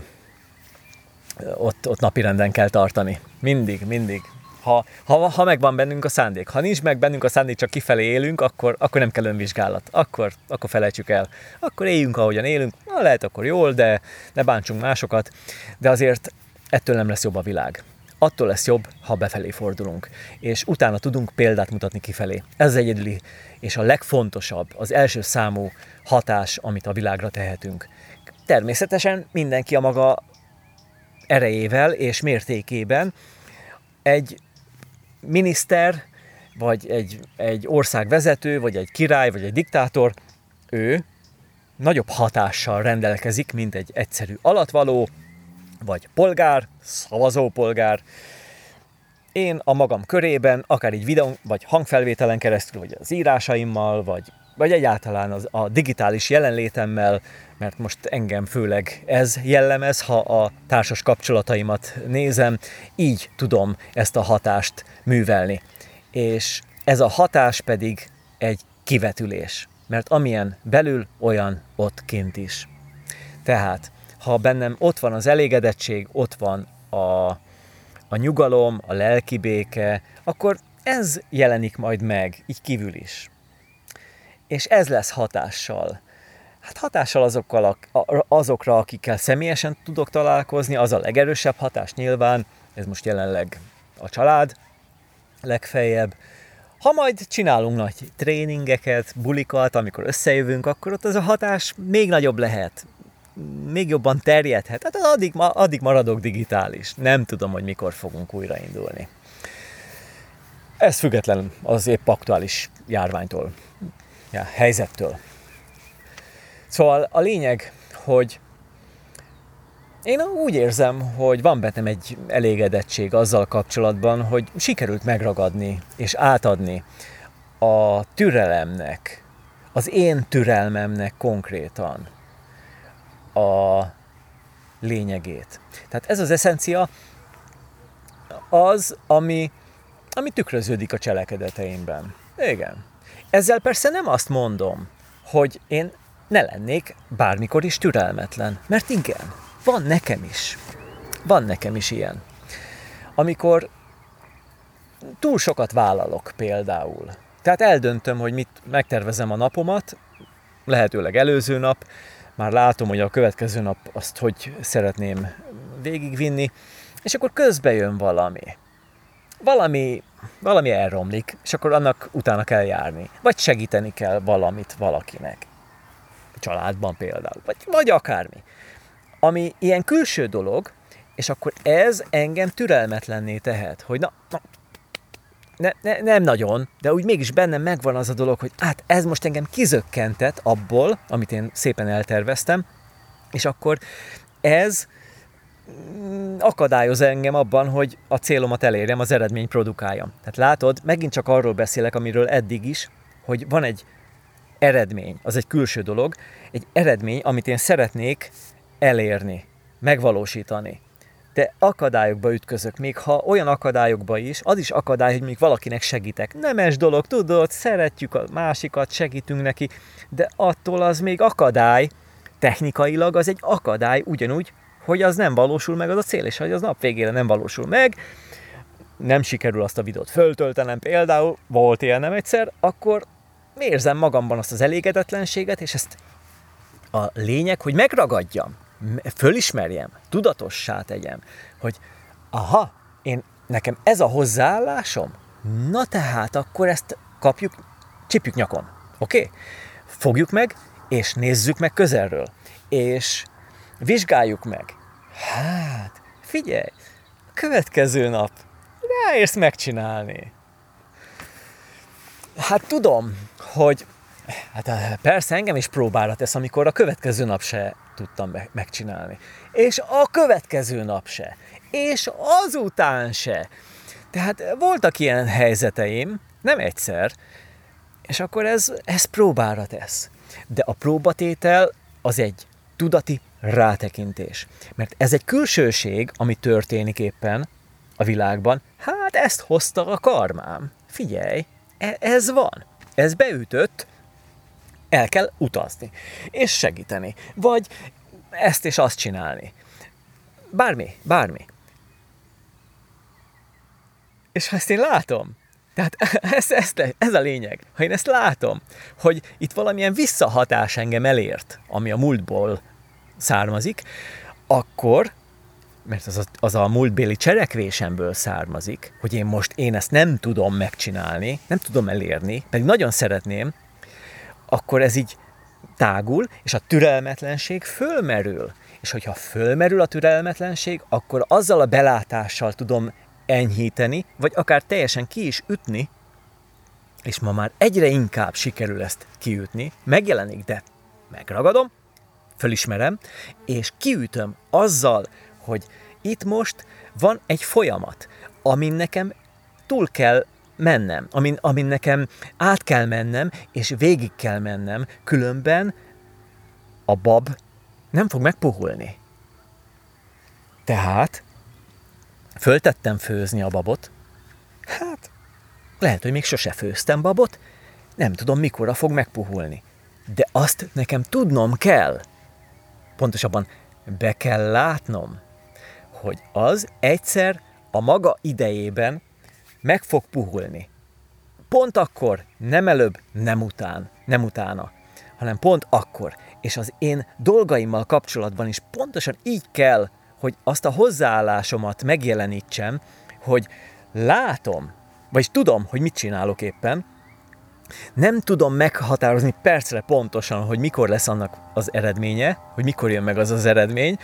ott napirenden kell tartani. Mindig. Ha megvan bennünk a szándék. Ha nincs meg bennünk a szándék, csak kifelé élünk, akkor nem kell önvizsgálat. Akkor felejtsük el. Akkor éljünk, ahogyan élünk. Lehet akkor jól, de ne bántsunk másokat. De azért ettől nem lesz jobb a világ. Attól lesz jobb, ha befelé fordulunk. És utána tudunk példát mutatni kifelé. Ez az egyedüli és a legfontosabb, az első számú hatás, amit a világra tehetünk. Természetesen mindenki a maga erejével és mértékében. Egy miniszter, vagy egy ország vezető, vagy egy király, vagy egy diktátor, ő nagyobb hatással rendelkezik, mint egy egyszerű alatvaló, vagy polgár, szavazópolgár. Én a magam körében, akár így videón, vagy hangfelvételen keresztül, vagy az írásaimmal, vagy egyáltalán a digitális jelenlétemmel, mert most engem főleg ez jellemez, ha a társas kapcsolataimat nézem, így tudom ezt a hatást művelni. És ez a hatás pedig egy kivetülés, mert amilyen belül, olyan ott kint is. Tehát, ha bennem ott van az elégedettség, ott van a nyugalom, a lelki béke, akkor ez jelenik majd meg, így kívül is. És ez lesz hatással. Hát hatással azokra, akikkel személyesen tudok találkozni, az a legerősebb hatás nyilván, ez most jelenleg a család, legfeljebb. Ha majd csinálunk nagy tréningeket, bulikat, amikor összejövünk, akkor ott az a hatás még nagyobb lehet, még jobban terjedhet. Hát addig maradok digitális. Nem tudom, hogy mikor fogunk újraindulni. Ez független az épp aktuális járványtól, helyzettől. Szóval a lényeg, hogy én úgy érzem, hogy van bennem egy elégedettség azzal kapcsolatban, hogy sikerült megragadni és átadni a türelemnek, az én türelmemnek konkrétan a lényegét. Tehát ez az eszencia az, ami tükröződik a cselekedeteimben. Igen. Ezzel persze nem azt mondom, hogy én ne lennék bármikor is türelmetlen. Mert igen, van nekem is ilyen. Amikor túl sokat vállalok például. Tehát eldöntöm, hogy megtervezem a napomat, lehetőleg előző nap, már látom, hogy a következő nap azt hogy szeretném végigvinni, és akkor közbe jön valami elromlik, és akkor annak utána kell járni. Vagy segíteni kell valamit valakinek. A családban például. Vagy akármi. Ami ilyen külső dolog, és akkor ez engem türelmetlenné tehet, hogy nem nagyon, de úgy mégis bennem megvan az a dolog, hogy hát ez most engem kizökkentett abból, amit én szépen elterveztem, és akkor ez akadályoz engem abban, hogy a célomat elérjem, az eredményt produkáljam. Tehát látod, megint csak arról beszélek, amiről eddig is, hogy van egy eredmény, az egy külső dolog, egy eredmény, amit én szeretnék elérni, megvalósítani. De akadályokba ütközök, még ha olyan akadályokba is, az is akadály, hogy még valakinek segítek. Nemes dolog, tudod, szeretjük a másikat, segítünk neki, de attól az még akadály, technikailag az egy akadály ugyanúgy, hogy az nem valósul meg az a cél, és hogy az nap végére nem valósul meg, nem sikerül azt a videót föltöltenem például, volt ilyenem egyszer, akkor érzem magamban azt az elégedetlenséget, és ezt a lényeg, hogy megragadjam, fölismerjem, tudatossá tegyem, hogy aha, nekem ez a hozzáállásom, na tehát akkor ezt csipjük nyakon, oké? Fogjuk meg, és nézzük meg közelről, és vizsgáljuk meg. Hát, figyelj, a következő nap ráérsz megcsinálni. Hát tudom, hogy persze engem is próbára tesz, amikor a következő nap se tudtam megcsinálni. És a következő nap se. És azután se. Tehát voltak ilyen helyzeteim, nem egyszer, és akkor ez próbára tesz. De a próbatétel az egy tudati rátekintés. Mert ez egy külsőség, ami történik éppen a világban. Hát ezt hozta a karmám. Figyelj, ez van. Ez beütött, el kell utazni. És segíteni. Vagy ezt és azt csinálni. Bármi. És ha ezt én látom, tehát ez a lényeg, ha én ezt látom, hogy itt valamilyen visszahatás engem elért, ami a múltból származik, akkor, mert az a múltbéli cselekvésemből származik, hogy én ezt nem tudom megcsinálni, nem tudom elérni, pedig nagyon szeretném, akkor ez így tágul, és a türelmetlenség fölmerül. És hogyha fölmerül a türelmetlenség, akkor azzal a belátással tudom enyhíteni, vagy akár teljesen ki is ütni, és ma már egyre inkább sikerül ezt kiütni, megjelenik, de megragadom, fölismerem, és kiütöm azzal, hogy itt most van egy folyamat, amin nekem túl kell mennem, amin nekem át kell mennem, és végig kell mennem, különben a bab nem fog megpuhulni. Tehát föltettem főzni a babot, hát lehet, hogy még sose főztem babot, nem tudom, mikorra fog megpuhulni. De azt nekem tudnom kell, pontosabban be kell látnom, hogy az egyszer a maga idejében meg fog puhulni. Pont akkor, nem előbb, nem utána, hanem pont akkor. És az én dolgaimmal kapcsolatban is pontosan így kell, hogy azt a hozzáállásomat megjelenítsem, hogy látom, vagyis tudom, hogy mit csinálok éppen, nem tudom meghatározni percre pontosan, hogy mikor lesz annak az eredménye, hogy mikor jön meg az eredmény,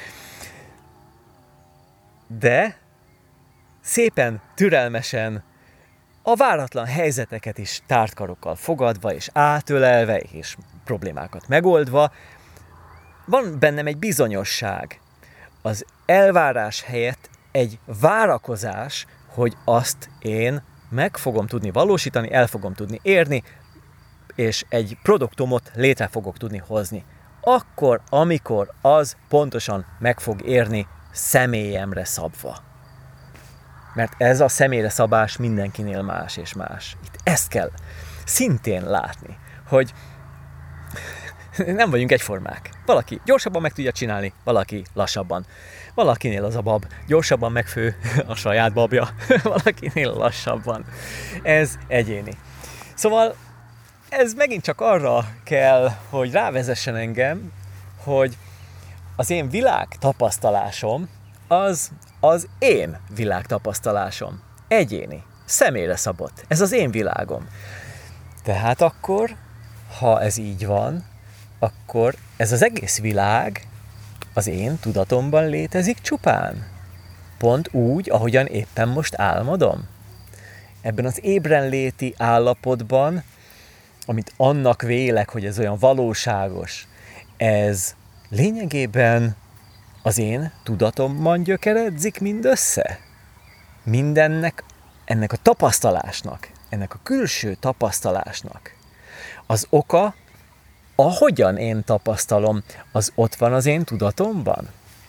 de szépen, türelmesen, a váratlan helyzeteket is tárt karokkal fogadva, és átölelve, és problémákat megoldva, van bennem egy bizonyosság. Az elvárás helyett egy várakozás, hogy azt én meg fogom tudni valósítani, el fogom tudni érni, és egy produktumot létre fogok tudni hozni. Akkor, amikor az pontosan meg fog érni személyemre szabva. Mert ez a személyre szabás mindenkinél más és más. Itt ezt kell szintén látni, hogy nem vagyunk egyformák. Valaki gyorsabban meg tudja csinálni, valaki lassabban. Valakinél az a bab gyorsabban megfő a saját babja, valakinél lassabban. Ez egyéni. Szóval ez megint csak arra kell, hogy rávezessen engem, hogy az én világtapasztalásom az én világtapasztalásom. Egyéni, személyre szabott. Ez az én világom. Tehát akkor, ha ez így van, akkor ez az egész világ az én tudatomban létezik csupán. Pont úgy, ahogyan éppen most álmodom. Ebben az ébrenléti állapotban, amit annak vélek, hogy ez olyan valóságos, ez lényegében az én tudatomban gyökeredzik mindössze? Ennek a tapasztalásnak, ennek a külső tapasztalásnak az oka, ahogyan én tapasztalom, az ott van az én tudatomban?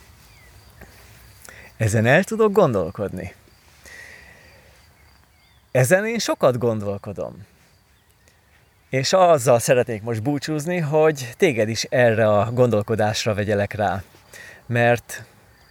Ezen el tudok gondolkodni. Ezen én sokat gondolkodom. És azzal szeretnék most búcsúzni, hogy téged is erre a gondolkodásra vegyelek rá. Mert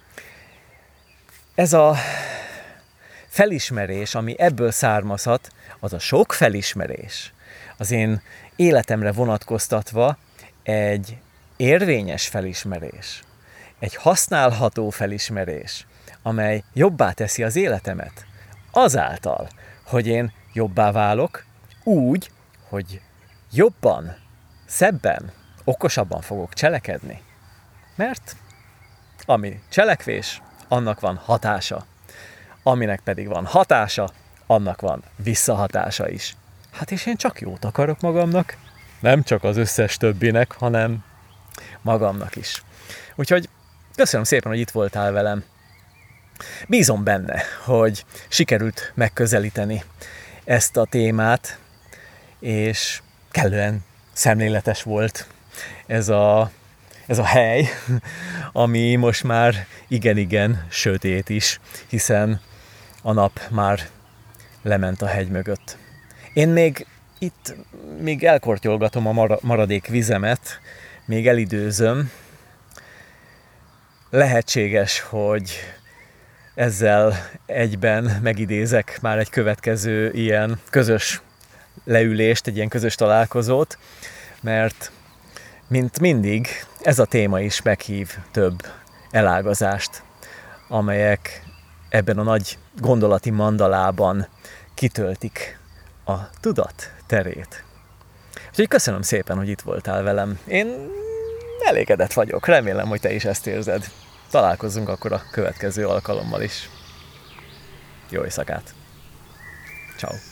ez a felismerés, ami ebből származhat, az a sok felismerés, az én életemre vonatkoztatva egy érvényes felismerés, egy használható felismerés, amely jobbá teszi az életemet, azáltal, hogy én jobbá válok, úgy, hogy jobban, szebben, okosabban fogok cselekedni. Mert ami cselekvés, annak van hatása. Aminek pedig van hatása, annak van visszahatása is. Hát és én csak jót akarok magamnak, nem csak az összes többinek, hanem magamnak is. Úgyhogy köszönöm szépen, hogy itt voltál velem. Bízom benne, hogy sikerült megközelíteni ezt a témát, és kellően szemléletes volt ez a hely, ami most már igen-igen sötét is, hiszen a nap már lement a hegy mögött. Én még elkortyolgatom a maradék vizemet, még elidőzöm. Lehetséges, hogy ezzel egyben megidézek már egy következő ilyen közös leülést, egy ilyen közös találkozót, mert mint mindig ez a téma is meghív több elágazást, amelyek ebben a nagy gondolati mandalában kitöltik a tudat terét. Úgyhogy köszönöm szépen, hogy itt voltál velem. Én elégedett vagyok, remélem, hogy te is ezt érzed. Találkozzunk akkor a következő alkalommal is. Jó éjszakát! Ciao.